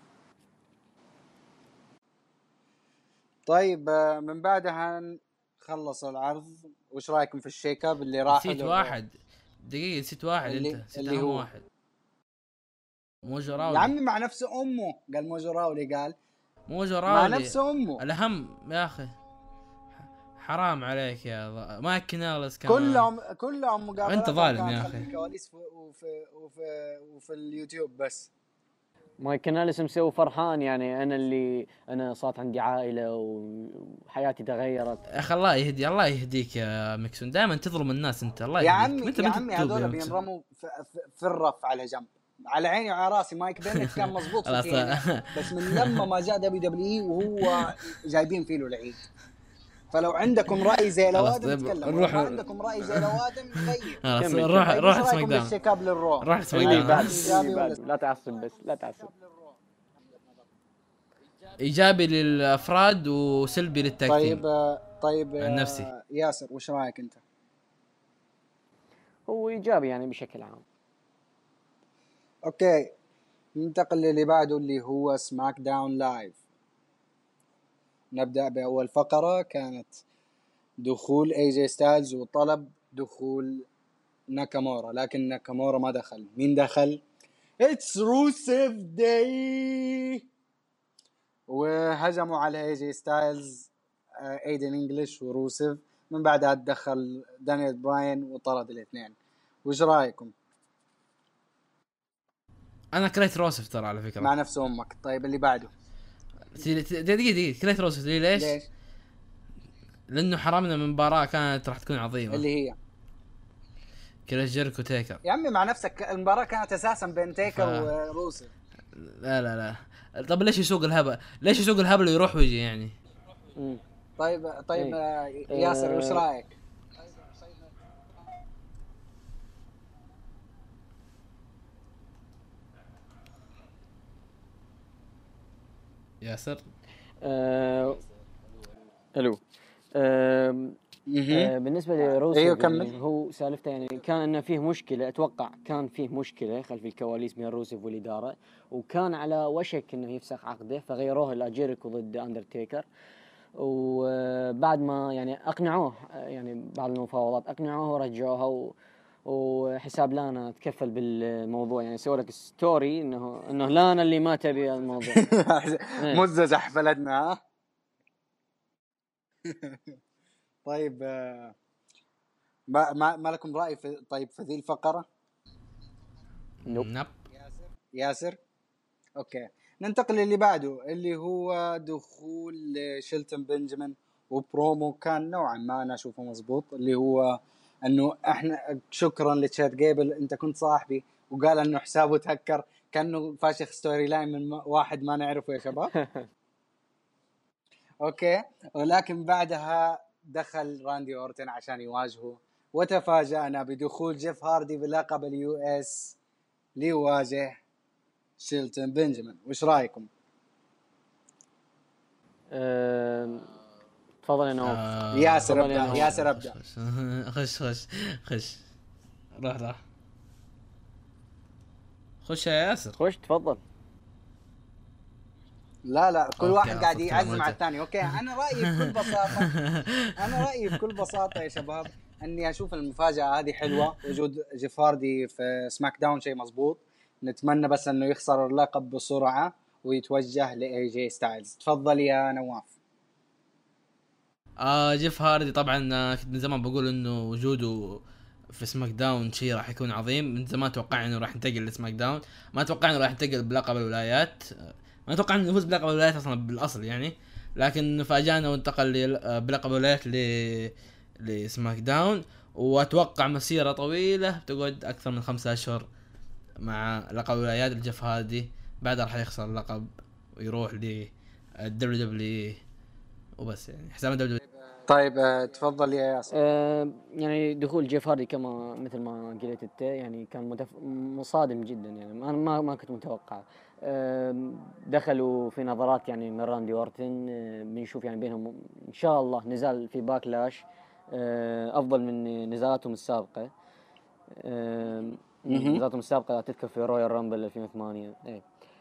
Speaker 1: طيب من بعدها خلص العرض، وش رايكم في الشيك اب اللي راح
Speaker 2: نسيت واحد، دقيقة نسيت واحد،
Speaker 1: اللي
Speaker 2: انت نسيت
Speaker 1: اللي
Speaker 2: اهم
Speaker 1: هو
Speaker 2: واحد. موجو
Speaker 1: يا
Speaker 2: راولي.
Speaker 1: عمي مع نفس امه، قال موجو راولي، قال
Speaker 2: موجو
Speaker 1: مع
Speaker 2: راولي
Speaker 1: نفس امه.
Speaker 2: الاهم يا اخي، حرام عليك يا مايك كنالس كمان.
Speaker 1: كلهم مقابلات
Speaker 2: انت ظالم
Speaker 1: كانت
Speaker 2: يا
Speaker 1: خلف
Speaker 2: اخي.
Speaker 1: الكواليس وفي اليوتيوب بس.
Speaker 3: مايك كاناليس مسوي فرحان، يعني انا صارت عندي عائله وحياتي تغيرت.
Speaker 2: يا اخي الله يهدي، الله يهديك يا مكسون، دائما تظلم الناس انت، الله
Speaker 1: يا
Speaker 2: يهديك.
Speaker 1: عمي
Speaker 2: انت
Speaker 1: يا
Speaker 2: ما
Speaker 1: عمي
Speaker 2: تتوب يا
Speaker 1: هذول
Speaker 2: مكسون.
Speaker 1: بينرموا في الرف على جنب، على عيني وعلى راسي. مايك بينت كان مزبوط في
Speaker 2: خلاص.
Speaker 1: TNA، بس من لما ما جاء WWE وهو جايبين فيه له العيد. فلو عندكم راي زي
Speaker 2: خلاص
Speaker 1: لوادم
Speaker 2: طيب
Speaker 1: تكلموا،
Speaker 2: نروح.
Speaker 1: لو ما عندكم راي زي لوادم غير.
Speaker 2: خلاص
Speaker 3: كمل.
Speaker 2: روح
Speaker 1: طيب
Speaker 2: روح
Speaker 1: وش
Speaker 2: سماك
Speaker 1: رايكم
Speaker 2: داون.
Speaker 1: بالشيك اب للرو؟
Speaker 2: روح سماك
Speaker 3: اللي
Speaker 2: داون.
Speaker 3: بعد
Speaker 1: إيجابي ولا
Speaker 3: لا تعصب، بس لا تعصب.
Speaker 2: ايجابي للافراد وسلبي للتاك تيم.
Speaker 1: طيب
Speaker 2: عن نفسي
Speaker 1: ياسر وش رايك انت؟
Speaker 3: هو ايجابي يعني بشكل عام.
Speaker 1: اوكي، ننتقل للي بعده اللي هو سماك داون لايف. نبدأ بأول فقرة، كانت دخول اي جي ستايلز وطلب دخول ناكامورا، لكن ناكامورا ما دخل. مين دخل؟ It's Rusev Day. وهجموا على اي جي ستايلز، ايدن انجلش وروسيف. من بعدها تدخل دانيال براين وطرد الاثنين. وش رايكم؟
Speaker 2: انا كرهت روسف ترى على فكره.
Speaker 1: مع نفس امك. طيب اللي بعده.
Speaker 2: دقيقه كرهت روسف ليش؟
Speaker 1: ليش؟
Speaker 2: لانه حرمنا من مباراه كانت راح تكون عظيمه
Speaker 1: اللي هي
Speaker 2: كريس جيركو تيكر.
Speaker 1: يا عمي مع نفسك، المباراة كانت اساسا بين تيكر وروسيف.
Speaker 2: لا طب ليش يسوق الهبل؟ ليش يسوق الهبل ويروح ويجي يعني؟
Speaker 1: طيب ياسر وش رايك؟
Speaker 2: ياسر
Speaker 3: الو. بالنسبه لروسيف
Speaker 1: ايوه كمل.
Speaker 3: يعني هو سالفته يعني كان انه فيه مشكله، اتوقع كان فيه مشكله خلف الكواليس بين روسيف والاداره، وكان على وشك انه يفسخ عقده، فغيروه لجيريكو ضد اندرتيكر. وبعد ما يعني اقنعوه، يعني بعد المفاوضات اقنعوه ورجعوها، وحساب لانا تكفل بالموضوع، يعني سوى لك ستوري انه لانا اللي ما تبي الموضوع.
Speaker 1: مزز حفلتنا ها. طيب ما لكم رأي في ذي الفقرة؟
Speaker 2: نب.
Speaker 1: ياسر اوكي، ننتقل للي بعده اللي هو دخول شيلتون بنجامين، وبرومو كان نوعا ما انا اشوفه مزبوط، اللي هو انه احنا شكرا لتشات جيبل، انت كنت صاحبي، وقال انه حسابه تهكر، كانه فاشخ ستوري لاين من واحد ما نعرفه يا شباب. اوكي، ولكن بعدها دخل راندي اورتن عشان يواجهه، وتفاجأنا بدخول جيف هاردي بلقب اليو اس ليواجه شيلتون بنجامين. وش رايكم؟
Speaker 3: تفضل يا نواف.
Speaker 1: ياسر ابدا. ياسر ابدا.
Speaker 2: خش روح خش يا ياسر.
Speaker 3: خش تفضل.
Speaker 1: لا كل واحد قاعد
Speaker 2: أوكي،
Speaker 1: يعزم على الثاني. اوكي، انا رايي بكل بساطه يا شباب اني اشوف المفاجاه هذه حلوه. وجود جيف هاردي في سماك داون شيء مزبوط. نتمنى بس انه يخسر اللقب بسرعه ويتوجه لاي جي ستايلز. تفضل يا نواف.
Speaker 2: جيف هاردي طبعا كنت من زمان بقول انه وجوده في سماك داون شيء راح يكون عظيم. من زمان توقع انه راح ينتقل لسماك داون، ما توقع انه راح ينتقل بلقب الولايات، ما اتوقع انه يفوز بلقب الولايات اصلا بالاصل يعني، لكن فاجانا وانتقل بلقب الولايات لسماك داون. واتوقع مسيره طويله بتقعد اكثر من 5 أشهر مع لقب الولايات لجيف هاردي، بعدها راح يخسر اللقب ويروح للدبليو دبليو وبس، يعني حساب الدبليو.
Speaker 1: طيب تفضل يا ياسر.
Speaker 3: يعني دخول جيف هاردي كما مثل ما قلت انت يعني كان مصادم جدا، يعني انا ما كنت متوقع. دخلوا في نظرات يعني من راندي اورتن، بنشوف يعني بينهم ان شاء الله نزال في باكلاش افضل من نزالاتهم السابقه. نزالاتهم السابقه تذكر في رويال رامبل 2008. ايه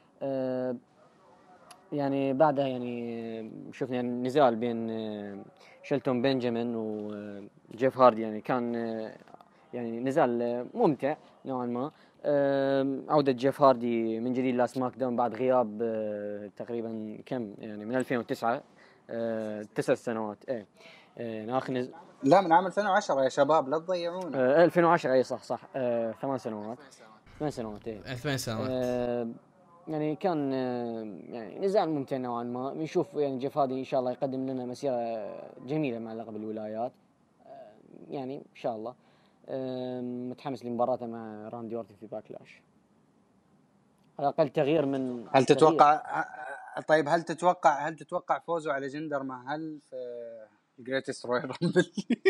Speaker 3: يعني بعدها يعني شفنا يعني نزال بين شيلتون بنجامين وجيف هاردي، يعني كان يعني نزال ممتع نوعا ما. عودة جيف هاردي من جديد لسماك داون بعد غياب تقريبا كم يعني من 2009، 9 سنوات. ايه يعني اخر
Speaker 1: لا من عام 2010 يا شباب لا تضيعونا.
Speaker 3: 2010. اي صح 8 سنوات. 8 سنوات. ايه
Speaker 2: 8 سنوات.
Speaker 3: يعني كان يعني نزال ممتع نوعا ما. بنشوف يعني جيف هاردي ان شاء الله يقدم لنا مسيره جميله مع لقب الولايات، يعني ان شاء الله. متحمس لمباراته مع راندي اورتن في باكلاش. على الاقل تغيير من
Speaker 1: هل
Speaker 3: تغيير.
Speaker 1: تتوقع طيب هل تتوقع فوزه على جندر مهل في الجريتست رويال رامبل؟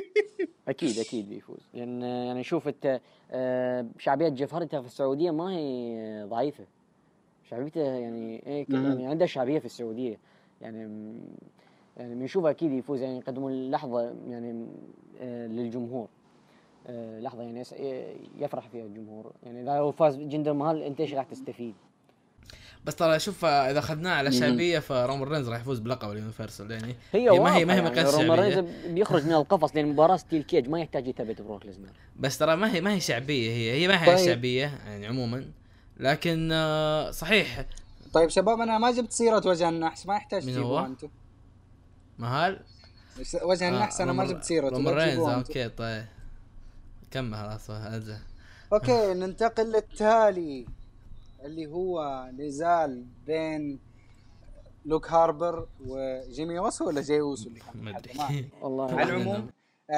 Speaker 3: اكيد بيفوز، لان يعني شوف انت شعبيه جيف هاردي في السعوديه ما هي ضعيفه. شعبيته يعني ايه يعني عنده شعبيه في السعوديه، يعني يعني بنشوف اكيد يفوز، يعني يقدموا اللحظه يعني للجمهور، لحظه يعني يفرح فيها الجمهور. يعني اذا هو فاز جندر مهال انت ايش راح تستفيد؟
Speaker 2: بس ترى شوف اذا اخذناه على شعبيه فرومان رينز راح يفوز بلقب اليونيفرسال، يعني
Speaker 3: هي
Speaker 2: ما هي
Speaker 3: يعني
Speaker 2: مقياس
Speaker 3: رومان رينز
Speaker 2: شعبيه.
Speaker 3: بيخرج من القفص لان مباراه ستيل كيج ما يحتاج يثبت بروك ليزنر.
Speaker 2: بس ترى ما هي شعبيه، هي ما هي
Speaker 1: طيب.
Speaker 2: شعبيه يعني عموما، لكن صحيح.
Speaker 1: طيب شباب انا ما جبت سيره وجه النحس، ما يحتاج تجيبوها انتم.
Speaker 2: مهال
Speaker 1: وجه النحس انا ما جبت سيرته،
Speaker 2: رومان
Speaker 1: لا
Speaker 2: رينز.
Speaker 1: تجيبوها انتم.
Speaker 2: اوكي طيب كمل خلاص هذا.
Speaker 1: اوكي ننتقل للتالي اللي هو نزال بين لوك هاربر وجيمي اوسو ولا جاي اوسو اللي كان
Speaker 2: ما
Speaker 1: بيحدث.
Speaker 2: ادري
Speaker 3: والله
Speaker 1: على العموم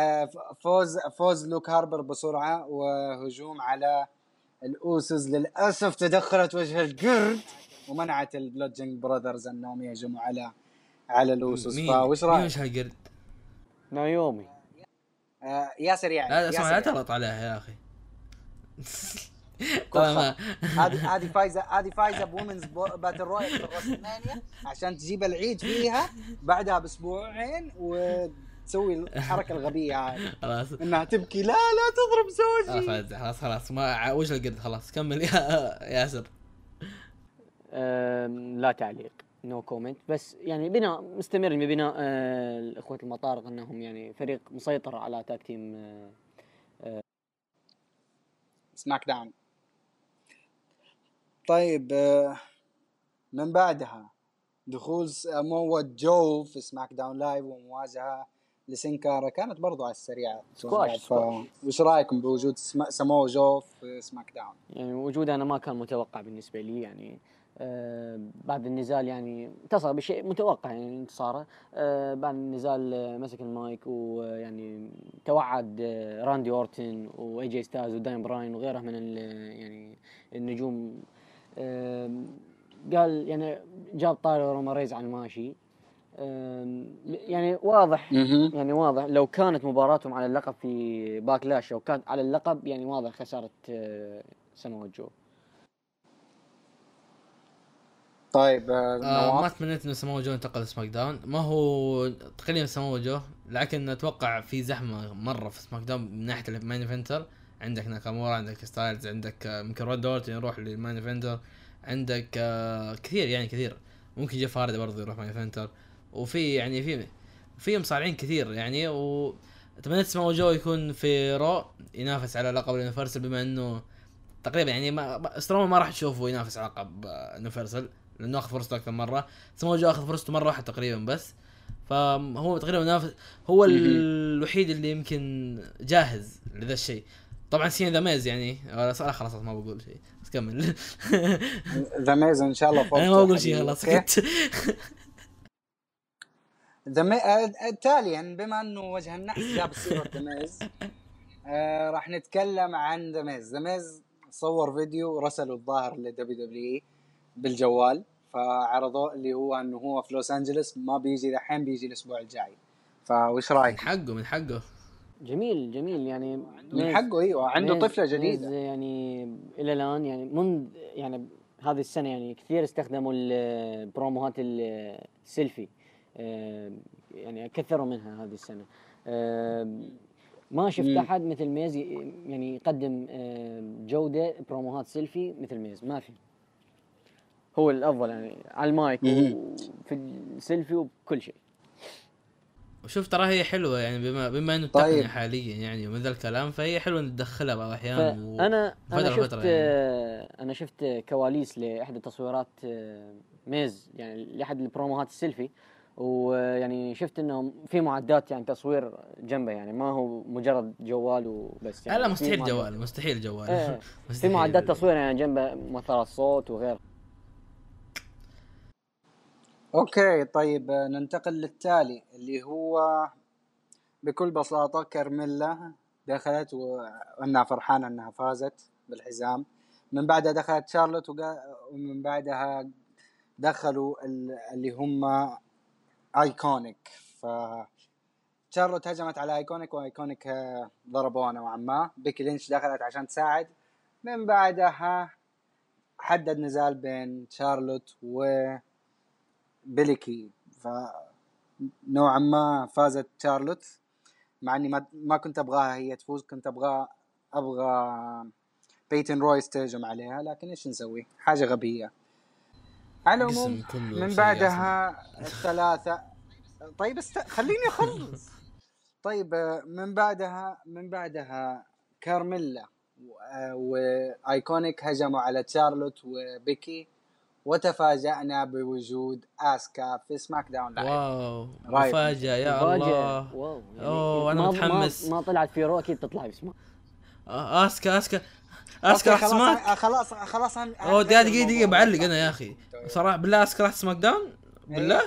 Speaker 1: فوز لوك هاربر بسرعه وهجوم على الاوسوس. للاسف تدخلت وجه القرد ومنعت البلودجينج براذرز انهم يهجموا على الاوسوس. فوش رايك؟
Speaker 2: مين وش هالقرد؟
Speaker 3: نايومي.
Speaker 1: ياسر يعني
Speaker 2: لا اسمع لا
Speaker 1: ياسر
Speaker 2: تغلط عليها يا اخي.
Speaker 1: هذه فايزه بومنز باتل رويال في الرسلمانيا عشان تجيب العيد فيها بعدها باسبوعين وتسوي الحركه الغبيه هذه
Speaker 2: خلاص
Speaker 1: انها تبكي لا تضرب زوجي.
Speaker 2: خلاص ما وش القرد. خلاص كمل يا ياسر.
Speaker 3: لا تعليق، نو كومنت. بس يعني بناء مستمر ببناء الاخوه المطارق انهم يعني فريق مسيطر على تاك تيم
Speaker 1: سماك داون. طيب من بعدها دخول ساموا جو في سماك داون لايف ومواجهه لسينكارا كانت برضو على السريع.
Speaker 3: سكواش.
Speaker 1: وش رايكم بوجود ساموا جو في سماك داون؟
Speaker 3: يعني وجوده انا ما كان متوقع بالنسبه لي، يعني بعد النزال يعني انتصر بشيء متوقع، يعني انتصاره بعد النزال مسك المايك ويعني توعد راندي اورتن واي جي ستاز وداين براين وغيره من يعني النجوم. قال يعني جاب طاري رومان رينز على الماشي. يعني واضح يعني واضح لو كانت مباراتهم على اللقب في باكلاش او كانت على اللقب يعني واضح خسارة ساموا جو.
Speaker 1: طيب
Speaker 2: ما تمنيت انه سامو جو ينتقل سماك داون. ما هو تقريبا سامو جو، لكن اتوقع في زحمه مره في سماك داون من ناحيه المين ايفنتر. عندك ناكامورا، عندك ستايلز، عندك يمكن رود دورت يروح للمين ايفنتر، عندك كثير يعني كثير. ممكن جيف هاردي برضه يروح مين ايفنتر، وفي يعني في مصارعين كثير يعني. وتمنيت سامو جو يكون في رو ينافس على لقب اليونيفرسال، بما انه تقريبا يعني سترومان ما راح تشوفه ينافس على لقب يونيفرسال لانه اخذ فرصته اكثر مره. سمو جو اخذ فرصته مره واحده تقريبا بس، فهو تقريبا نافس. هو الوحيد اللي يمكن جاهز لذا الشيء. طبعا سين ذا ميز يعني خلاص ما بقول شيء بس كمل.
Speaker 1: ذا ميز ان شاء الله فوق.
Speaker 2: انا ما بقول شيء خلاص سكت.
Speaker 1: تاليا بما انه وجه النحس جاب سيرة ذا ميز راح نتكلم عن ذا ميز صور فيديو ورسله الظاهر لدبليو بالجوال، فعرضوا اللي هو انه هو في لوس انجلوس ما بيجي الحين، بيجي الاسبوع الجاي. فوش
Speaker 2: من
Speaker 1: رايك؟
Speaker 2: حقه من حقه.
Speaker 3: جميل يعني
Speaker 1: من حقه، ايوه، عنده طفله
Speaker 3: ميز
Speaker 1: جديده.
Speaker 3: يعني الى الان يعني منذ يعني هذه السنه يعني كثير استخدموا البروموهات السيلفي، يعني كثروا منها هذه السنه. ما شفت احد مثل ميز يعني يقدم جوده بروموهات سيلفي مثل ميز، ما في. هو الافضل يعني على المايك وفي السيلفي وبكل شيء.
Speaker 2: وشوف ترى هي حلوه يعني، بما انه
Speaker 1: طيب.
Speaker 2: التقنيه حاليا يعني ومن ذا الكلام، فهي حلوه ندخلها بعض الاحيان
Speaker 3: فانا
Speaker 2: فتره
Speaker 3: شفت
Speaker 2: فتره يعني.
Speaker 3: انا شفت كواليس لاحدى تصويرات ميز يعني لاحد البروموهات السيلفي، ويعني شفت انه في معدات يعني تصوير جنبه، يعني ما هو مجرد جوال وبس يعني.
Speaker 2: لا
Speaker 3: في
Speaker 2: مستحيل
Speaker 3: معدات
Speaker 2: جوال، مستحيل جوال.
Speaker 3: في
Speaker 2: مستحيل.
Speaker 3: معدات تصوير يعني جنبه، مؤثرات صوت وغيره.
Speaker 1: اوكي طيب، ننتقل للتالي اللي هو بكل بساطة كارميلا دخلت وأنها فرحانة أنها فازت بالحزام. من بعدها دخلت شارلوت ومن بعدها دخلوا اللي هم ايكونيك. شارلوت هجمت على ايكونيك وايكونيك ضربوها نوعا ما. بيكي لينش دخلت عشان تساعد. من بعدها حدد نزال بين شارلوت وبيليكي، فنوعا ما فازت شارلوت، مع اني ما كنت ابغاها هي تفوز، كنت ابغى بيتن رويس تهجم عليها، لكن ايش نسوي، حاجه غبيه على العموم. من بعدها الثلاثه. طيب خليني اخلص. طيب من بعدها كارميلا وايكونيك هجموا على شارلوت وبيكي، وتفاجأنا بوجود اسكا في سماك داون لايف.
Speaker 2: واو مفاجأة يا الله.
Speaker 3: واو يعني
Speaker 2: اوه انا متحمس.
Speaker 3: ما طلعت في رو، اكيد تطلع بسماك.
Speaker 2: اسكا راح سماك.
Speaker 1: خلاص
Speaker 2: اوه دقيقة بعلق انا يا اخي صراحة بالله. اسكا راح سماك داون بالله.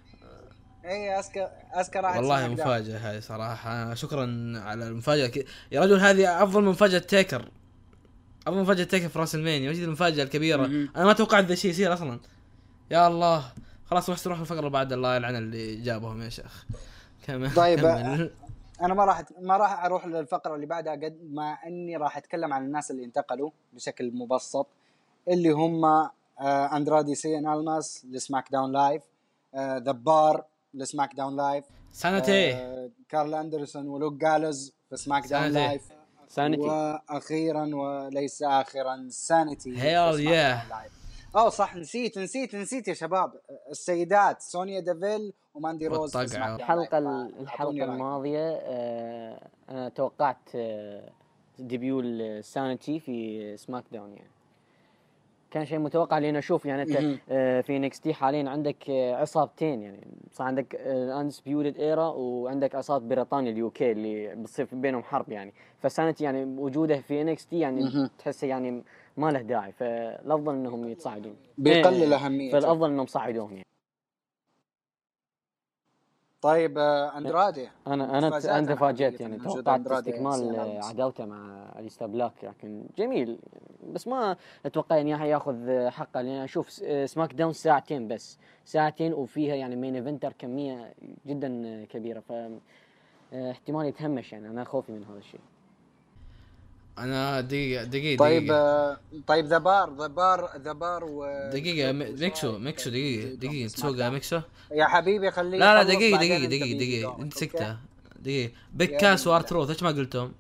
Speaker 1: اي اسكا راحت
Speaker 2: والله
Speaker 1: سماك داون.
Speaker 2: مفاجأة هاي صراحة، شكرا على المفاجأة يا رجل. هذه افضل مفاجأة تيكر، افضل مفاجأة تيكر في راس المانيا. وش المفاجأة الكبيرة؟ انا ما توقعت ذا الشيء يصير اصلا. يا الله خلاص وحش نروح الفقرة بعد. الله يلعن اللي جابهم يا شيخ.
Speaker 1: طيب
Speaker 2: كمل.
Speaker 1: انا ما راح اروح للفقره اللي بعدها، قد ما اني راح اتكلم عن الناس اللي انتقلوا بشكل مبسط، اللي هم اندرادي سين الماس لسماك داون لايف، ذا بار لسماك داون لايف،
Speaker 2: سانتي
Speaker 1: كارل اندرسون ولوك جالوز في سماك داون لايف، واخيرا وليس اخرا سانيتي في سماك داون لايف. صح، نسيت يا شباب، السيدات سونيا ديفيل وماندي روز في سماك داون.
Speaker 3: الحلقة الماضية أنا توقعت ديبيو السانيتي في سماك داون، يعني كان شيء متوقع. لأن أشوف يعني أنت في نيكستي حاليا عندك عصابتين، يعني صار عندك الانسبيوتد ايرا وعندك عصابة بريطانيا اليوكي اللي بتصير بينهم حرب يعني. فسانيتي يعني وجوده في نيكستي يعني تحسه يعني ما له داعي، فالأفضل إنهم يتصاعدون،
Speaker 1: بيقلل أهميته،
Speaker 3: فالأفضل إنهم صعدوهم يعني.
Speaker 1: طيب اندرادي،
Speaker 3: انا تفاجأت يعني، توقعت استكمال عداوته مع أليستر بلاك، لكن جميل. بس ما اتوقع ان ياخذ حقه، لان اشوف سماك داون ساعتين بس، ساعتين وفيها يعني مين ايفنتر كميه جدا كبيره، ف احتمال يتهمش يعني. انا خوفي من هذا الشيء.
Speaker 2: انا دقيقة
Speaker 1: طيب ذا بار
Speaker 2: دقيقة ميكسو دقيقة تسوقها ميكسو
Speaker 1: يا حبيبي. خليه
Speaker 2: لا دقيقة انت سكتة. دقيقة بيكاس وارتروث ايش ما قلتهم؟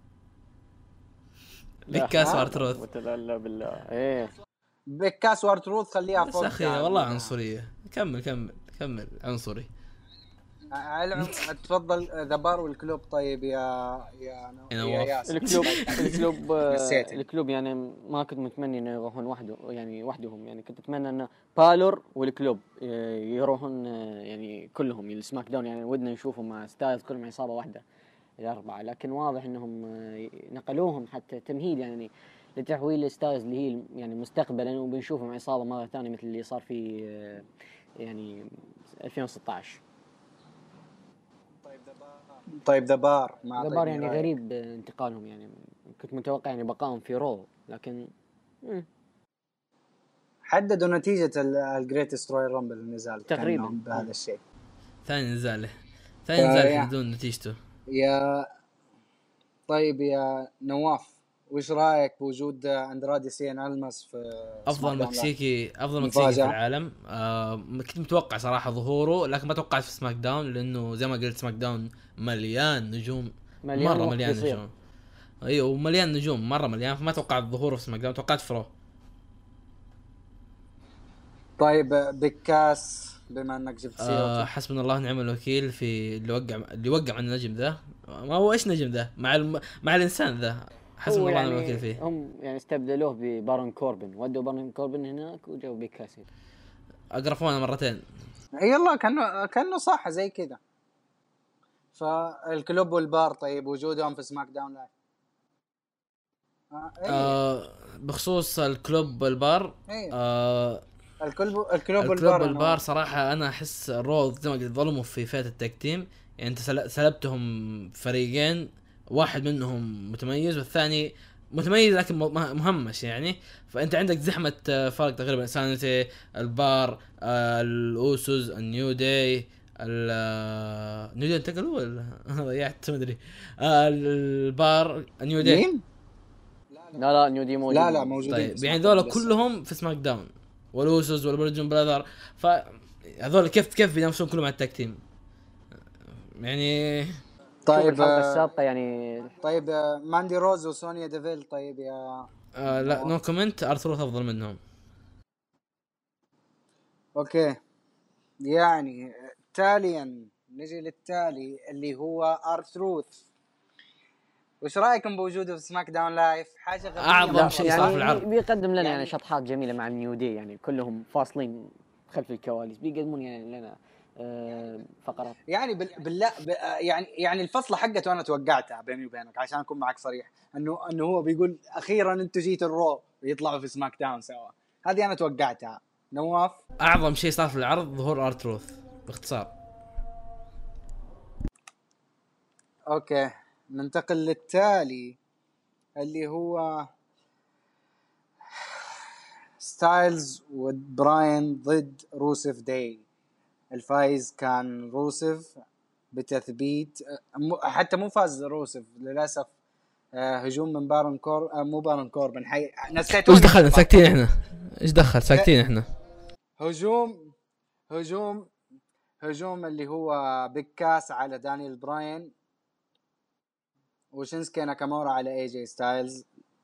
Speaker 2: بيكاس وارتروث
Speaker 3: لا بالله. ايه
Speaker 1: بيكاس وارتروث خليها فوق.
Speaker 2: بس اخي والله عنصرية. كمل عنصري.
Speaker 1: تفضل ذا بار والكلوب. طيب يا
Speaker 3: الكلوب يعني ما كنت متمني انه يروحون وحدهم يعني. كنت اتمنى ان بالور والكلوب يروحون يعني كلهم السماك داون، يعني ودنا نشوفهم مع ستايلز كلهم عصابه واحده الاربعه. لكن واضح انهم نقلوهم حتى تمهيد يعني لتحويل ستايلز اللي هي يعني مستقبلا، وبنشوفهم عصابه مره ثانيه مثل اللي صار في يعني 2016.
Speaker 1: طيب ذا بار
Speaker 3: يعني غريب انتقالهم، يعني كنت متوقع يعني بقائهم في رو، لكن
Speaker 1: حددوا نتيجة الجريتست رويال رامبل النزال
Speaker 3: تقريبا
Speaker 1: بهذا الشيء.
Speaker 2: ثاني نزاله ثاني نزال
Speaker 1: يا
Speaker 2: يحددون نتيجته.
Speaker 1: يا طيب يا نواف، وش رايك بوجود اندرادي سين الماس في سماك
Speaker 2: افضل
Speaker 1: داون لايف؟
Speaker 2: مكسيكي افضل مكسيكي في
Speaker 1: مفاجأة.
Speaker 2: العالم. كنت متوقع صراحه ظهوره، لكن ما توقعت في سماك داون، لانه زي ما قلت سماك داون مليان نجوم،
Speaker 3: مليان
Speaker 2: مره
Speaker 3: وقت
Speaker 2: مليان
Speaker 3: قصير.
Speaker 2: نجوم. ايوه ومليان نجوم مره مليان، فما توقعت ظهوره في سماك داون، توقعت فرو.
Speaker 1: طيب بكاس، بما انك جبت سيرته.
Speaker 2: حسبنا الله ونعم الوكيل في اللي وقع مع النجم ذا. ما هو ايش نجم ذا مع الانسان ذا، حسبنا
Speaker 3: هو
Speaker 2: الله ونعم
Speaker 3: يعني
Speaker 2: الوكيل فيه.
Speaker 3: هم يعني استبدلوه ببارون كوربن، ودوا بارون كوربن هناك وجو بيكاسي.
Speaker 2: اقرفونا مرتين.
Speaker 1: اي والله كانه صح زي كذا. فالكلوب والبار، طيب وجودهم في سماك داون لايف. إيه.
Speaker 2: بخصوص الكلوب والبار،
Speaker 1: إيه.
Speaker 2: آه
Speaker 1: الكلوب
Speaker 2: الكلوب
Speaker 1: والبار
Speaker 2: والبار صراحة أنا أحس الرو زي ما قلت ظلموا في فئة التاج تيم. يعني أنت سلبتهم فريقين، واحد منهم متميز والثاني متميز لكن مهمش يعني. فأنت عندك زحمة فرق تقريبا، سانتي، البار، الأوسوس، النيو داي، النيو داي انتقلوا ولا أنا ضيعت ما أدري. البار النيو داي.
Speaker 1: مين؟
Speaker 3: لا نيو دي موجود.
Speaker 1: لا موجودين.
Speaker 2: طيب يعني ذولا كلهم في سماك داون، والوسوس والبرجن براذر، فهذول كيف بينافسون كلهم على التاك تيم يعني.
Speaker 1: طيب
Speaker 3: الحلقة السابقة يعني.
Speaker 1: طيب ماندي روز وسونيا ديفيل، طيب يا
Speaker 2: لا نو كومنت، ارثروث افضل منهم.
Speaker 1: اوكي، يعني تاليا نجي للتالي اللي هو ارثروث. وش رايكم بوجوده في سماك داون لايف؟ حاجه غبيه.
Speaker 2: اعظم شيء صار
Speaker 3: يعني
Speaker 2: في العرض.
Speaker 3: بيقدم لنا يعني شطحات جميلة مع النيو دي، يعني كلهم فاصلين خلف الكواليس، بيقدمون يعني لنا فقرات.
Speaker 1: يعني بالله يعني الفصله حقته انا توقعتها بيني وبينك عشان اكون معك صريح، انه هو بيقول اخيرا انتوا جيتوا الرو ويطلعوا في سماك داون سوا. هذه انا توقعتها. نواف،
Speaker 2: اعظم شيء صار في العرض ظهور ارثروث باختصار.
Speaker 1: اوكي ننتقل للتالي اللي هو ستايلز وبراين ضد روسف داي. الفايز كان روسف بتثبيت، حتى مو فاز روسف للاسف. هجوم من بارون مو بارون كوربن، نسيتوني.
Speaker 2: ايش دخلنا ساكتين احنا؟ ايش دخل ساكتين احنا؟
Speaker 1: هجوم اللي هو بيكاس على دانيال براين، وشينسكي ناكامورا على اي جي ستايلز.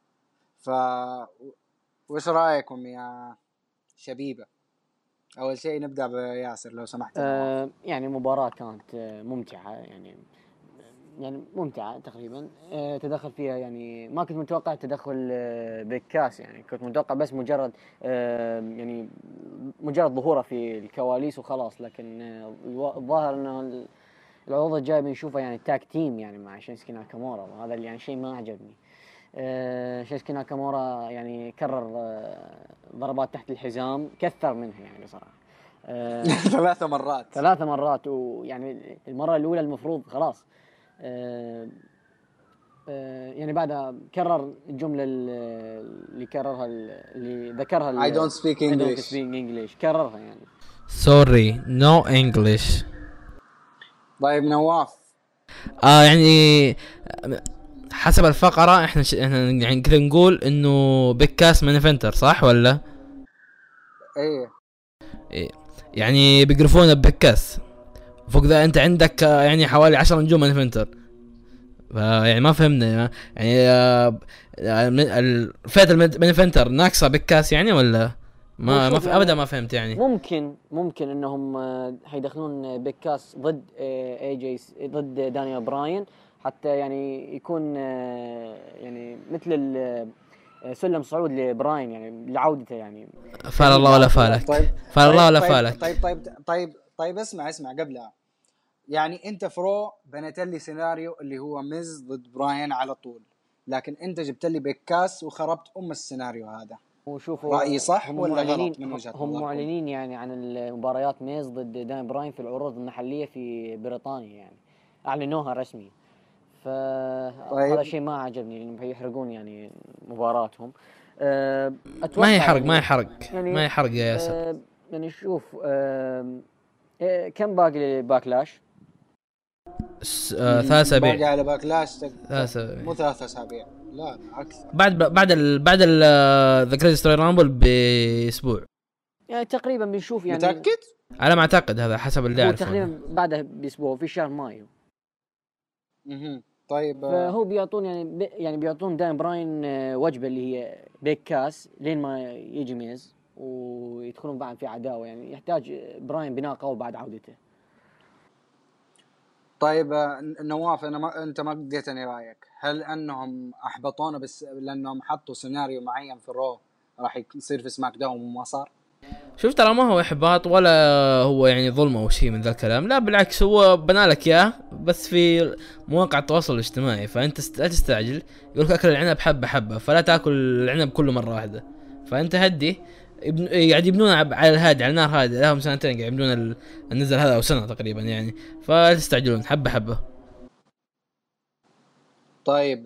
Speaker 1: وش رايكم يا شبيبه؟ اول شيء نبدا بياسر لو سمحت.
Speaker 3: يعني مباراة كانت ممتعة، يعني ممتعة تقريبا. تدخل فيها يعني ما كنت متوقع تدخل بكاس، يعني كنت متوقع بس مجرد يعني مجرد ظهوره في الكواليس وخلاص. لكن الظاهر انه العروض الجاية بنشوفها يعني تاك تيم يعني مع شينسكي ناكامورا، وهذا اللي يعني شيء ما عجبني. شينسكي ناكامورا يعني كرر ضربات تحت الحزام، كثر منها يعني صراحة. 3 مرات، ويعني المرة الأولى المفروض خلاص. يعني بعدها كرر الجملة اللي كررها اللي ذكرها
Speaker 1: I don't speak
Speaker 3: English كررها يعني.
Speaker 2: Sorry no English.
Speaker 1: طيب نواف،
Speaker 2: يعني حسب الفقرة احنا يعني كذا نقول انه بكاس مانيفنتر صح ولا؟
Speaker 1: ايه
Speaker 2: يعني بيقرفونا ببكاس. فوق ذا انت عندك يعني حوالي 10 نجوم مانيفنتر، يعني ما فهمنا يعني فئة المانيفنتر ناقصة بكاس يعني ولا ما في ابدا ما فهمت يعني.
Speaker 3: ممكن انهم حيدخلون بكاس ضد اي جي ضد دانيال براين، حتى يعني يكون يعني مثل سلم صعود لبراين يعني لعودته يعني.
Speaker 2: فال الله ولا فالك. فال الله ولا فالك.
Speaker 1: طيب اسمع قبلها. يعني انت فرو بنيت لي سيناريو اللي هو ميز ضد براين على طول، لكن انت جبت لي بكاس وخربت السيناريو هذا.
Speaker 3: وشوفوا
Speaker 1: رأيي صح ولا غلط من وجهة
Speaker 3: هم معلنين يعني عن المباريات ميز ضد دان براين في العروض المحلية في بريطانيا، يعني أعلنوها رسمي. فهذا شيء ما عجبني لأنهم يحرقون يعني مباراتهم.
Speaker 2: ما هي حرق يعني ما هي حرق يا ياسر.
Speaker 3: يعني شوف كم باقي باكلاش؟
Speaker 2: 3 اسابيع.
Speaker 1: باقي على باكلاش
Speaker 2: 3 أسابيع.
Speaker 1: مو 3 اسابيع، لا اكثر.
Speaker 2: بعد ذا كريزي ستوري رامبل باسبوع
Speaker 3: يعني تقريبا بنشوف يعني
Speaker 1: متاكد؟
Speaker 2: على ما اعتقد، هذا حسب اللي
Speaker 3: هو
Speaker 2: اعرفه.
Speaker 3: تقريبا بعدها باسبوع في شهر مايو.
Speaker 1: طيب
Speaker 3: فهو بيعطون يعني بيعطون داين براين وجبه اللي هي بيك كاس لين ما يجي ميز ويدخلون بعد في عداوه، يعني يحتاج براين بناء قوي بعد عودته.
Speaker 1: طيب نواف، انت ما اديتني رايك، هل انهم احبطونا بس لانهم حطوا سيناريو معين في رو راح يصير في سماك داون وما صار؟
Speaker 2: شوف ترى ما هو احباط ولا هو يعني ظلم او شيء من ذا الكلام، لا بالعكس، هو بنالك اياه بس في مواقع التواصل الاجتماعي، فانت لا تستعجل. يقولك اكل العنب حبه حبه، فلا تاكل العنب كله مره واحده، فانت هدي. قاعد يبنون على الهادي، على نار هادي، لهم 2 سنين قاعد يبنون النزل هذا او سنه تقريبا يعني، فلا تستعجلون، حبه حبه.
Speaker 1: طيب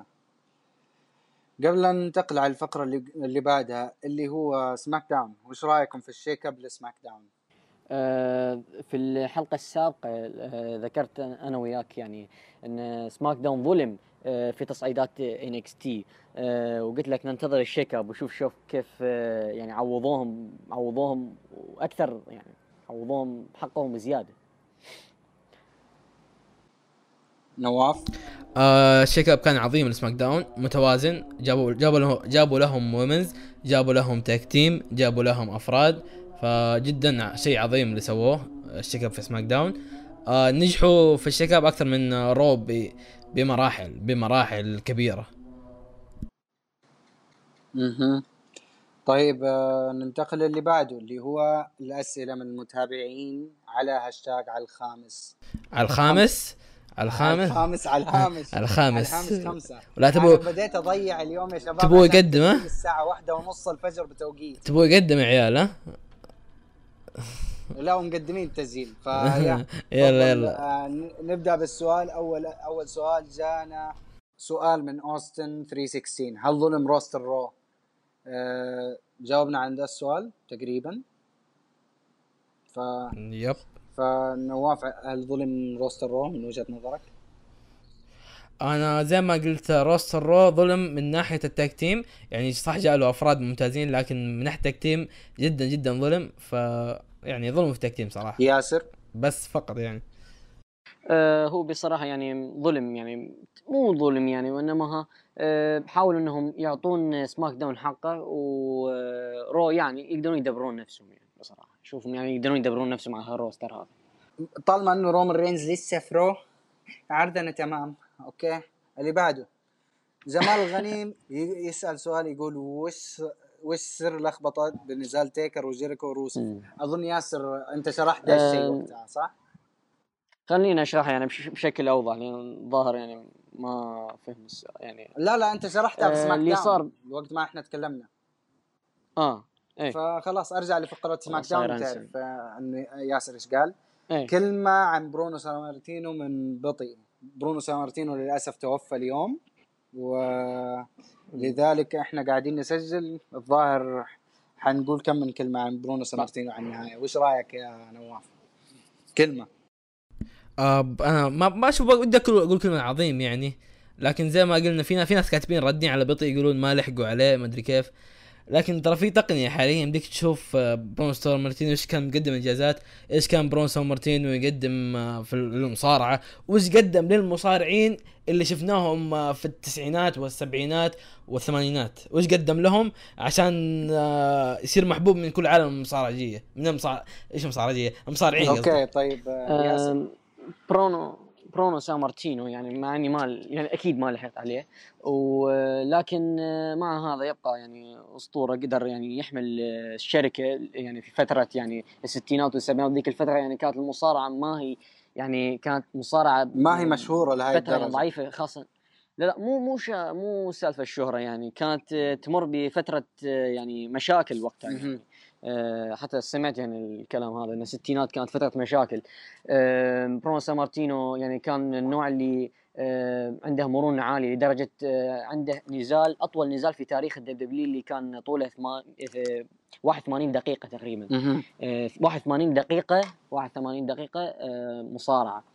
Speaker 1: قبل أن ننتقل على الفقرة اللي بعدها اللي هو سماك داون، وش رأيكم في الشيك اب لسماك داون؟
Speaker 3: في الحلقة السابقة ذكرت أنا وياك يعني أن سماك داون ظلم في تصعيدات NXT، وقلت لك ننتظر الشيك اب وشوف كيف يعني عوضوهم أكثر، يعني عوضوهم حقهم بزيادة.
Speaker 1: نواف؟
Speaker 2: الشيك اب كان عظيم لسماك داون، متوازن. جابوا لهم وومنز، جابوا لهم تاك تيم، جابوا لهم افراد، فجدا شيء عظيم اللي سووه الشيك اب في سماك داون. نجحوا في الشيك اب اكثر من رو بمراحل كبيره.
Speaker 1: طيب ننتقل للي بعده اللي هو الأسئلة من المتابعين على هاشتاج على الخامس.
Speaker 2: على الخامس
Speaker 1: خمسة.
Speaker 2: ولا تبغوا
Speaker 1: بديت أضيع اليوم يا شباب،
Speaker 2: تبغوا يقدم
Speaker 1: الساعة 1:30 الفجر بتوقيت.
Speaker 2: تبغوا يقدم يا عيال
Speaker 1: لا ومقدمين التسجيل فيا
Speaker 2: يلا
Speaker 1: نبدأ بالسؤال. أول سؤال جانا سؤال من أوستن 316، هل ظلم روستر رو؟ جاوبنا عن ذا السؤال تقريبا.
Speaker 2: يب.
Speaker 1: فنواف، هل ظلم روستر رو من وجهة نظرك؟
Speaker 2: انا زي ما قلت روستر رو ظلم من ناحيه التاك تيم، يعني صح جاء له افراد ممتازين، لكن من ناحيه التاك تيم جدا جدا ظلم. يعني ظلم في التاك تيم صراحه.
Speaker 1: ياسر؟
Speaker 2: بس فقط يعني
Speaker 3: هو بصراحة يعني ظلم، يعني مو ظلم يعني، وإنما حاولوا إنهم يعطون سماك داون حقه، ورو يعني يقدرون يدبرون نفسهم، يعني بصراحة شوفهم يعني يقدرون يدبرون نفسهم على هالروستر هذا.
Speaker 1: طالما إنه رومان رينز لسه في رو عرضنا تمام. أوكي، اللي بعده جمال غنيم يسأل سؤال يقول وش سر لخبطة بنزال تيكر وجيريكو وروسي؟ أظن ياسر أنت شرحت هالشيء وقتها صح؟
Speaker 3: خلينا اشرحها يعني بشكل اوضح، لان الظاهر يعني ما فهم يعني.
Speaker 1: لا انت شرحتها في سماك داون
Speaker 3: صار
Speaker 1: وقت ما احنا تكلمنا.
Speaker 3: ايه.
Speaker 1: فخلاص ارجع لفقرة سماك داون تعرف ان ياسر ايش قال.
Speaker 3: إيه؟
Speaker 1: كلمة عن برونو سامارتينو من بطيء. برونو سامارتينو للأسف توفى اليوم، ولذلك احنا قاعدين نسجل. الظاهر حنقول كم من كلمة عن برونو سامارتينو عن النهاية. وش رأيك يا نواف؟ كلمة.
Speaker 2: انا ما اشوف ودي اقول كلمه عظيم يعني، لكن زي ما قلنا في ناس كاتبين ردين على بطيء يقولون ما لحقوا عليه ما ادري كيف، لكن ترى في تقنيه حاليا بدك تشوف برونو سامارتينو ايش كان مقدم انجازات، ايش كان برونو سامارتينو يقدم في المصارعه، وايش قدم للمصارعين اللي شفناهم في التسعينات والسبعينات والثمانينات، وايش قدم لهم عشان يصير محبوب من كل عالم المصارعجيه، ايش مصارعجيه المصارعين.
Speaker 1: اوكي طيب ياسر.
Speaker 3: برونو سامارتينو يعني مع اني يعني اكيد ما لحقت عليه، ولكن مع هذا يبقى يعني اسطوره، قدر يعني يحمل الشركه يعني في فتره يعني الستينات والسبعينات. ذيك الفتره يعني كانت المصارعه ما هي يعني كانت مصارعه
Speaker 1: ما هي مشهوره لهي الدرجه،
Speaker 3: يعني ضعيفه خاصه. لا مو سالفه الشهره، يعني كانت تمر بفتره يعني مشاكل وقتها يعني. حتى سمعت يعني الكلام هذا ان الستينات كانت فتره مشاكل. برونو سامارتينو يعني كان النوع اللي عنده مرونه عاليه لدرجه عنده اطول نزال في تاريخ الدبليو اللي كان طوله 81 دقيقه تقريبا. 81 دقيقه مصارعه.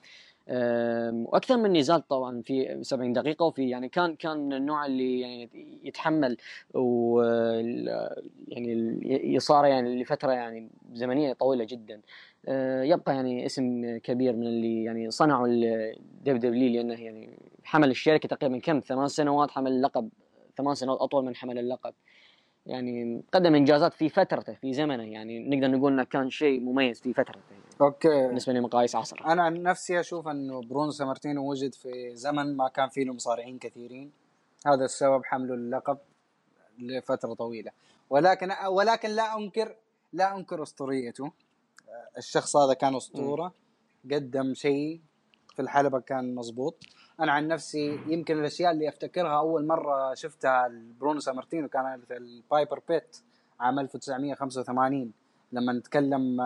Speaker 3: واكثر من نزال طبعا في 70 دقيقه، وفي يعني كان النوع اللي يعني يتحمل و يعني يصار يعني لفتره يعني زمنيه طويله جدا. يبقى يعني اسم كبير من اللي يعني صنعوا الدبليو، لانه يعني حمل الشركه تقريبا كم 8 سنوات، حمل اللقب 8 سنوات، اطول من حمل اللقب. يعني قدم انجازات في فترته في زمنه، يعني نقدر نقول انه كان شيء مميز في فترته
Speaker 1: اوكي.
Speaker 3: بالنسبه لمقاييس عصره.
Speaker 1: انا عن نفسي اشوف انه برون سامارتينو وجد في زمن ما كان فيه له مصارعين كثيرين، هذا السبب حمله اللقب لفترة طويلة. ولكن لا انكر اسطوريته. الشخص هذا كان اسطورة، قدم شيء في الحلبة كان مزبوط. انا عن نفسي يمكن الاشياء اللي افتكرها اول مرة شفتها برونو سامارتينو كانت البايبر بيت عام 1985 لما نتكلم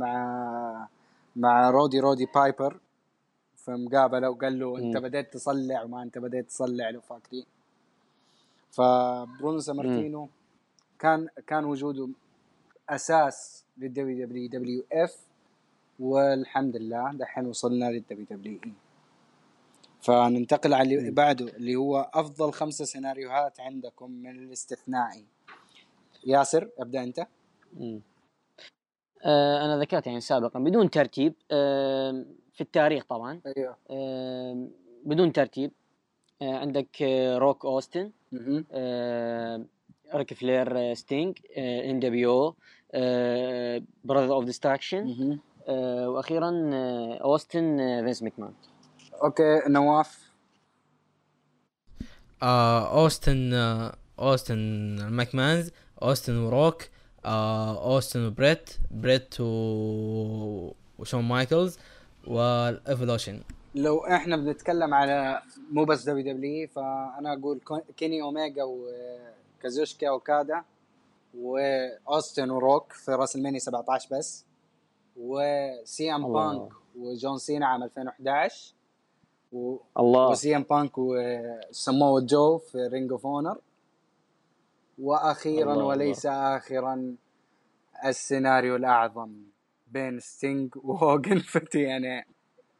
Speaker 1: مع رودي بايبر في مقابلة وقال له انت بدأت تصلع وما انت بدأت تصلع، لو فاكرين. فبرونو سامارتينو كان وجوده اساس للدبليو دبليو اف، والحمد لله دحين وصلنا للدبليو دبليو اي. فننتقل على اللي بعده اللي هو افضل 5 سيناريوهات عندكم من الاستثنائي. ياسر ابدا انت.
Speaker 3: انا ذكرت يعني سابقا بدون ترتيب في التاريخ طبعا.
Speaker 1: ايوه.
Speaker 3: بدون ترتيب عندك روك اوستن، ريك فلير ستينج، ان دبليو براذر اوف ديستراكشن، واخيرا اوستن فينس ماكمان.
Speaker 1: اوكي نواف.
Speaker 2: اوستن ماكمانز، اوستن وروك، اوستن وبريت وشون مايكلز والايفولوشن.
Speaker 1: لو احنا بنتكلم على مو بس دبليو دبليو فانا اقول كيني اوميجا وكازوشكا وكادا واوستن وروك في راس المانيا 17 بس، وسي ام بانك وجون سينا عام 2011 وسي ام بانك وسموه جو في رينج اوف اونر. واخيرا وليس اخرا السيناريو الاعظم بين ستينج وهوجن في تي ان اي.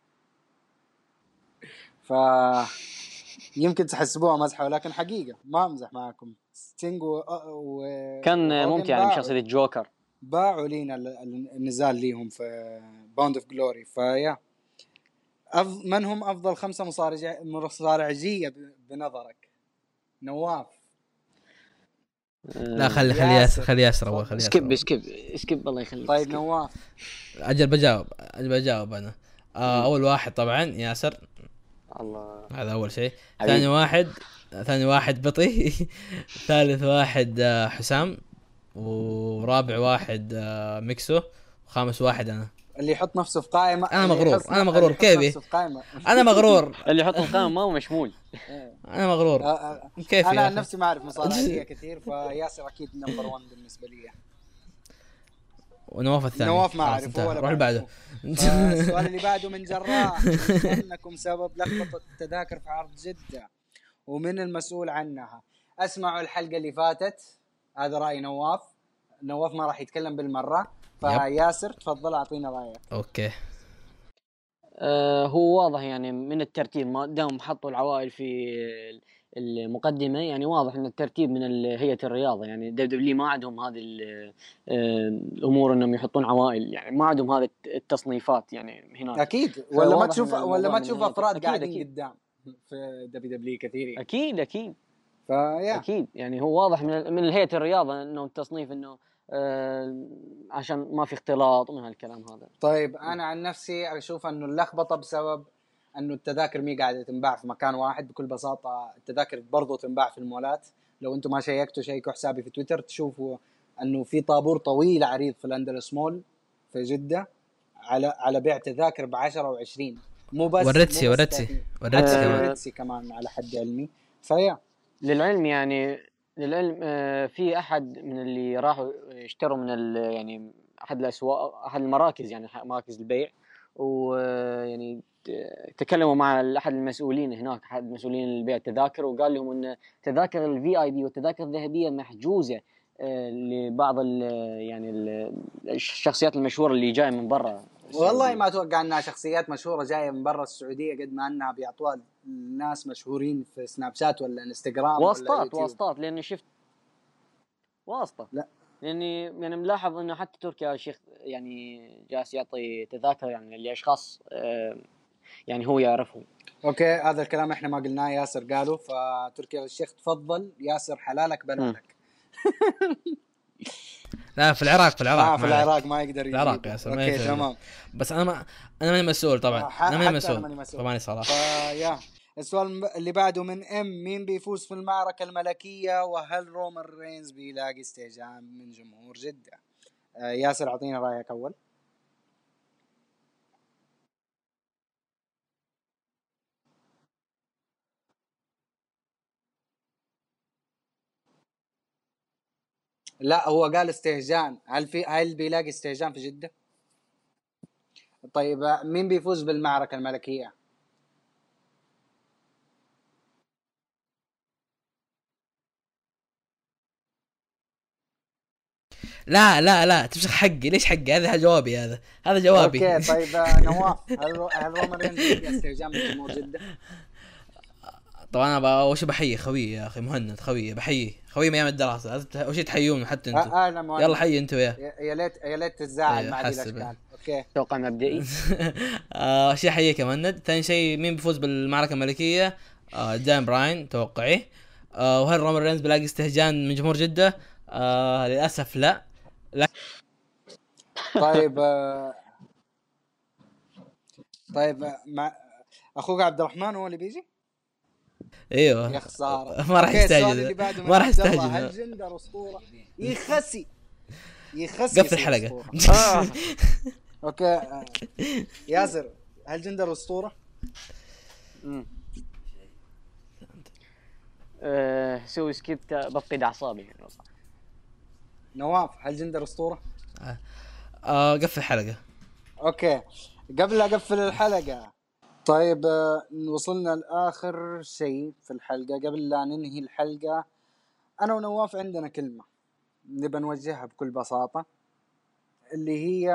Speaker 1: يمكن تحسبوها مزحة ولكن حقيقة ما امزح معكم. ستينج
Speaker 3: كان ممتع يعني بشخصية الجوكر،
Speaker 1: باعوا لينا النزال ليهم في باوند اوف جلوري. فيا من هم افضل 5 مصارعية بنظرك نواف؟
Speaker 2: لا خلي ياسر اول. خلي
Speaker 3: سكيب الله يخليك.
Speaker 1: طيب نواف.
Speaker 2: اجل بجاوب انا. اول واحد طبعا ياسر،
Speaker 3: الله
Speaker 2: هذا اول شيء. ثاني واحد بطي. ثالث واحد حسام، ورابع واحد ميكسو، وخامس واحد انا.
Speaker 1: اللي يحط نفسه في قائمة
Speaker 2: انا مغرور كيفي انا مغرور.
Speaker 3: اللي يحط القائمة ما هو مشمول.
Speaker 2: انا مغرور كيفي.
Speaker 1: انا عن نفسي ما اعرف مصارعية كثير، فياسر اكيد نمبر 1 بالنسبة لي.
Speaker 2: ونواف الثاني.
Speaker 1: نواف ما اعرف ولا
Speaker 2: روح بعده.
Speaker 1: السؤال اللي بعده من جراح انكم سبب لخبطة التذاكر في عرض جدة ومن المسؤول عنها. اسمعوا الحلقة اللي فاتت، هذا رأي نواف ما راح يتكلم بالمرة. فياسر تفضل اعطينا رأيك.
Speaker 2: اوكي.
Speaker 3: هو واضح يعني من الترتيب ما دام حطوا العوائل في المقدمة، يعني واضح ان الترتيب من هيئة الرياضة. يعني دبليو ما عندهم هذه الامور انهم يحطون عوائل، يعني ما عندهم هذه التصنيفات يعني هناك.
Speaker 1: اكيد ولا ما تشوف افراد قاعدين قدام في دبليو كثيرين.
Speaker 3: اكيد
Speaker 1: فيا
Speaker 3: اكيد يعني هو واضح من هيئة الرياضة انه التصنيف انه عشان ما في اختلاط من هالكلام هذا.
Speaker 1: طيب انا عن نفسي اشوف انه اللخبطه بسبب انه التذاكر مي قاعده تنباع في مكان واحد. بكل بساطه التذاكر برضو تنباع في المولات. لو انتم ما شيكوا حسابي في تويتر تشوفوا انه في طابور طويل عريض في الاندلس مول في جده على بيع تذاكر ب10 و20. مو بس وريتسي كمان على حد علمي. فيا
Speaker 3: للعلم في احد من اللي راحوا اشتروا من يعني احد الاسواق، احد المراكز، يعني مراكز البيع، ويعني تكلموا مع احد المسؤولين هناك، احد المسؤولين البيع التذاكر، وقال لهم ان تذاكر الفي اي بي والتذاكر الذهبيه محجوزه لبعض يعني الشخصيات المشهوره اللي جايه من برا
Speaker 1: والله ما اتوقع انها شخصيات مشهوره جايه من برا السعوديه قد ما انها بيعطوها الناس مشهورين في سناب شات ولا انستغرام ولا يوتيوب.
Speaker 3: واسطات لاني شفت واسطه.
Speaker 1: لا
Speaker 3: لاني يعني ملاحظ انه حتى تركي آل الشيخ يعني جالس يعطي تذاكر يعني لاشخاص يعني هو يعرفهم.
Speaker 1: اوكي هذا الكلام احنا ما قلناه، ياسر قاله. فتركي آل الشيخ تفضل ياسر حلالك بلالك.
Speaker 2: لا في العراق
Speaker 1: في العراق ما يقدر يجيب.
Speaker 2: العراق يا سلام.
Speaker 1: اوكي تمام.
Speaker 2: بس انا ماني مسؤول طبعا. انا ماني مسؤول. طبعا صراحه.
Speaker 1: يا السؤال اللي بعده من مين بيفوز في المعركه الملكيه، وهل رومان رينز بيلاقي استهجان من جمهور جده؟ ياسر اعطينا رايك اول. لا هو قال استهجان. هل بيلاقي استهجان في جدة؟ طيب مين بيفوز بالمعركة الملكية؟
Speaker 2: لا تمسك حقي. ليش حقي؟ هذا جوابي. هذا جوابي.
Speaker 1: اوكي طيب نواف، هل رومان رينز بيلاقي استهجان من جمهور جدة؟
Speaker 2: طبعا انا اول شيء بحيي خوي يا اخي مهند، خوي بحيي خوي من ايام الدراسه. اول شيء تحيون حتى انتم. يلا حي انت وياه.
Speaker 1: يا ليت تزعل مع دي الاشكال. اوكي
Speaker 3: توقع مبدئي.
Speaker 2: شيء حييك يا مهند. ثاني شيء مين بيفوز بالمعركه الملكيه؟ دان براين توقعي. وهل رومان رينز بيلاقي استهجان من جمهور جده؟ للاسف لا.
Speaker 1: طيب مع اخوك عبد الرحمن هو اللي بيجي.
Speaker 2: ايوه
Speaker 1: يا خساره.
Speaker 2: ما راح يستعجل.
Speaker 1: ما راح يستعجل. هل جندر اسطوره يخسي
Speaker 2: قفل الحلقه.
Speaker 1: اوكي ياسر، هل جندر اسطوره؟
Speaker 3: سوي سكيب بفقد اعصابي يعني.
Speaker 1: نواف هل جندر اسطوره؟
Speaker 2: قفل الحلقه.
Speaker 1: اوكي قبل اقفل الحلقه، طيب وصلنا لاخر شيء في الحلقه. قبل لا ننهي الحلقه انا ونواف عندنا كلمه نبى نوجهها بكل بساطه، اللي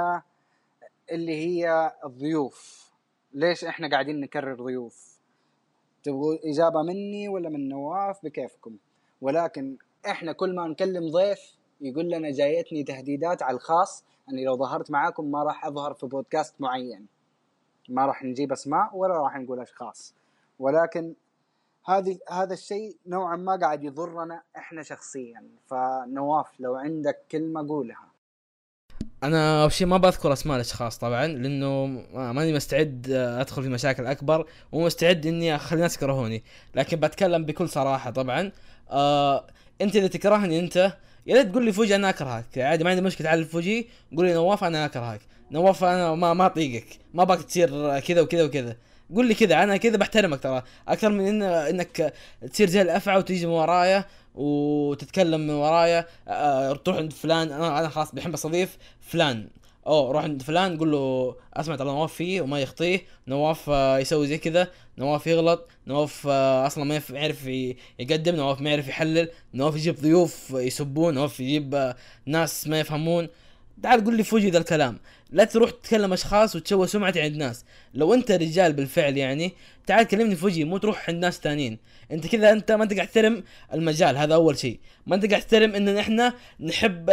Speaker 1: هي الضيوف. ليش احنا قاعدين نكرر ضيوف؟ تبغوا اجابه مني ولا من نواف؟ بكيفكم. ولكن احنا كل ما نكلم ضيف يقول لنا جايتني تهديدات على الخاص اني لو ظهرت معاكم ما راح اظهر في بودكاست معين، ما راح نجيب اسماء ولا راح نقول اشخاص. ولكن هذا الشيء نوعا ما قاعد يضرنا احنا شخصيا. فنواف لو عندك كلمه قولها.
Speaker 2: انا اول شيء ما بذكر اسماء الاشخاص طبعا، لانه ماني مستعد ادخل في مشاكل اكبر، ومستعد اني اخلي الناس يكرهوني. لكن بتكلم بكل صراحه طبعا. انت اذا تكرهني انت يا ريت تقول لي فوجي انا اكرهك عادي، ما عندي مشكله. تعال فوجي قول لي نواف انا اكرهك، نواف انا ما اطيقك، ما باك تصير كذا وكذا وكذا. قول لي كذا، انا كذا بحترمك ترى اكثر من انك تصير زي الافعى وتيجي من ورايا وتتكلم من ورايا. تروح عند فلان، انا خلاص بحب استضيف فلان، روح عند فلان قول له اسمع ترى نواف فيه وما يخطيه، نواف يسوي زي كذا، نواف يغلط، نواف اصلا ما يعرف يقدم، نواف ما يعرف يحلل، نواف يجيب ضيوف يسبون، نواف يجيب ناس ما يفهمون. تعال قول لي فوجي ذا الكلام. لا تروح تتكلم اشخاص وتشوه سمعتي عند ناس. لو انت رجال بالفعل يعني تعال كلمني فوجي، مو تروح عند ناس تانيين. انت كذا انت ما انت قاعد تحترم المجال، هذا اول شيء. ما انت قاعد تحترم ان احنا نحب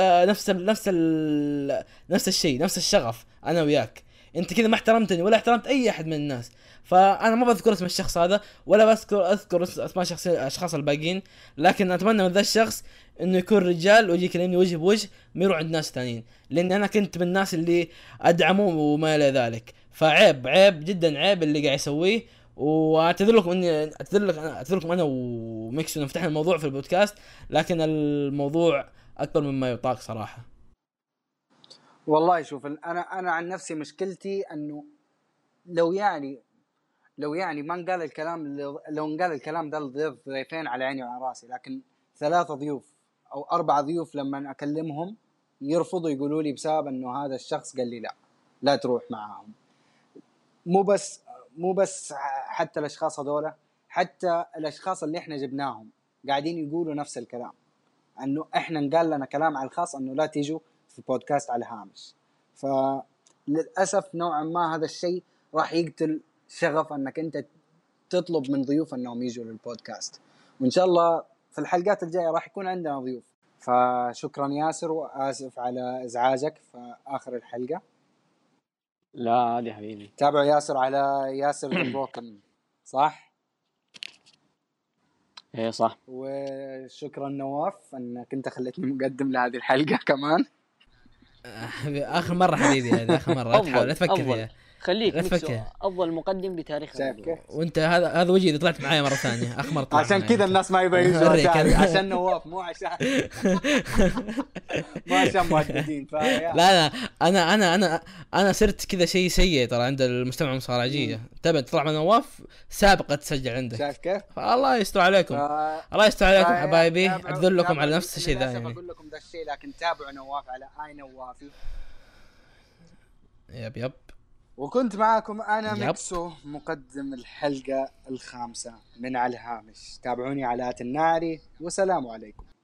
Speaker 2: نفس الشيء، نفس الشغف انا وياك. انت كذا ما احترمتني ولا احترمت اي احد من الناس. فانا ما بذكر اسم الشخص هذا ولا اذكر اسماء الاشخاص الباقيين، لكن اتمنى من ذا الشخص انه يكون رجال ويجي يكلمني وجه بوجه، ما يروح عند ناس ثانيين، لان انا كنت من الناس اللي ادعمه وما الى ذلك. فعيب جدا عيب اللي قاعد يسويه. واعتذر لكم اني اعتذر لكم انا وميكس انه فتحنا الموضوع في البودكاست، لكن الموضوع اكبر مما يطاق صراحه.
Speaker 1: والله شوف انا عن نفسي مشكلتي انه لو يعني ما انقال الكلام، لو انقال الكلام ده ضيفين على عيني وعلى راسي، لكن 3 ضيوف او 4 ضيوف لما اكلمهم يرفضوا، يقولوا لي بسبب انه هذا الشخص قال لي لا تروح معاهم. مو بس حتى الاشخاص هذول، حتى الاشخاص اللي احنا جبناهم قاعدين يقولوا نفس الكلام، انه احنا انقال لنا كلام على الخاص انه لا تيجوا في بودكاست على هامش. للاسف نوعا ما هذا الشيء راح يقتل شغف انك انت تطلب من ضيوف انهم يجوا للبودكاست. وان شاء الله في الحلقات الجايه راح يكون عندنا ضيوف. فشكرا ياسر، واسف على ازعاجك في اخر الحلقه.
Speaker 3: لا عادي حبيبي.
Speaker 1: تابعوا ياسر على ياسر ذا بروكن، صح؟
Speaker 3: ايه صح.
Speaker 1: وشكرا نواف انك انت خليتني مقدم لهذه الحلقه كمان.
Speaker 2: اخر مره حبيبي، هذه اخر مره. لا تحاول، لا تفكر فيها،
Speaker 3: خليك
Speaker 2: لا
Speaker 3: ميكسو
Speaker 2: تفكر.
Speaker 3: افضل مقدم بتاريخ
Speaker 1: شايف
Speaker 3: الراديو.
Speaker 1: كيف؟
Speaker 2: وانت هذا وجهي اذا طلعت معايا مره ثانيه. اخر مره طلعت
Speaker 1: عشان
Speaker 2: معايا.
Speaker 1: كذا الناس ما يبغى يجوا
Speaker 2: أوريك
Speaker 1: تاني،
Speaker 2: أنا.
Speaker 1: عشان نواف مو عشان ما عشان مؤدبين.
Speaker 2: لا لا، انا صرت كذا شيء سيء ترى عند المجتمع المصارعجيه. تبى تطلع مع نواف سابقه تسجل عندك.
Speaker 1: شايف كيف؟
Speaker 2: الله يستر عليكم، الله يستر عليكم حبايبي. اعتذر لكم على نفس الشيء ذا يعني.
Speaker 1: اقول لكم ذا الشيء، لكن تابعوا نواف على اي نوافي.
Speaker 2: يب
Speaker 1: وكنت معاكم انا
Speaker 2: يب.
Speaker 1: ميكسو، مقدم الحلقه الخامسه من على الهامش. تابعوني على الناري، وسلام عليكم.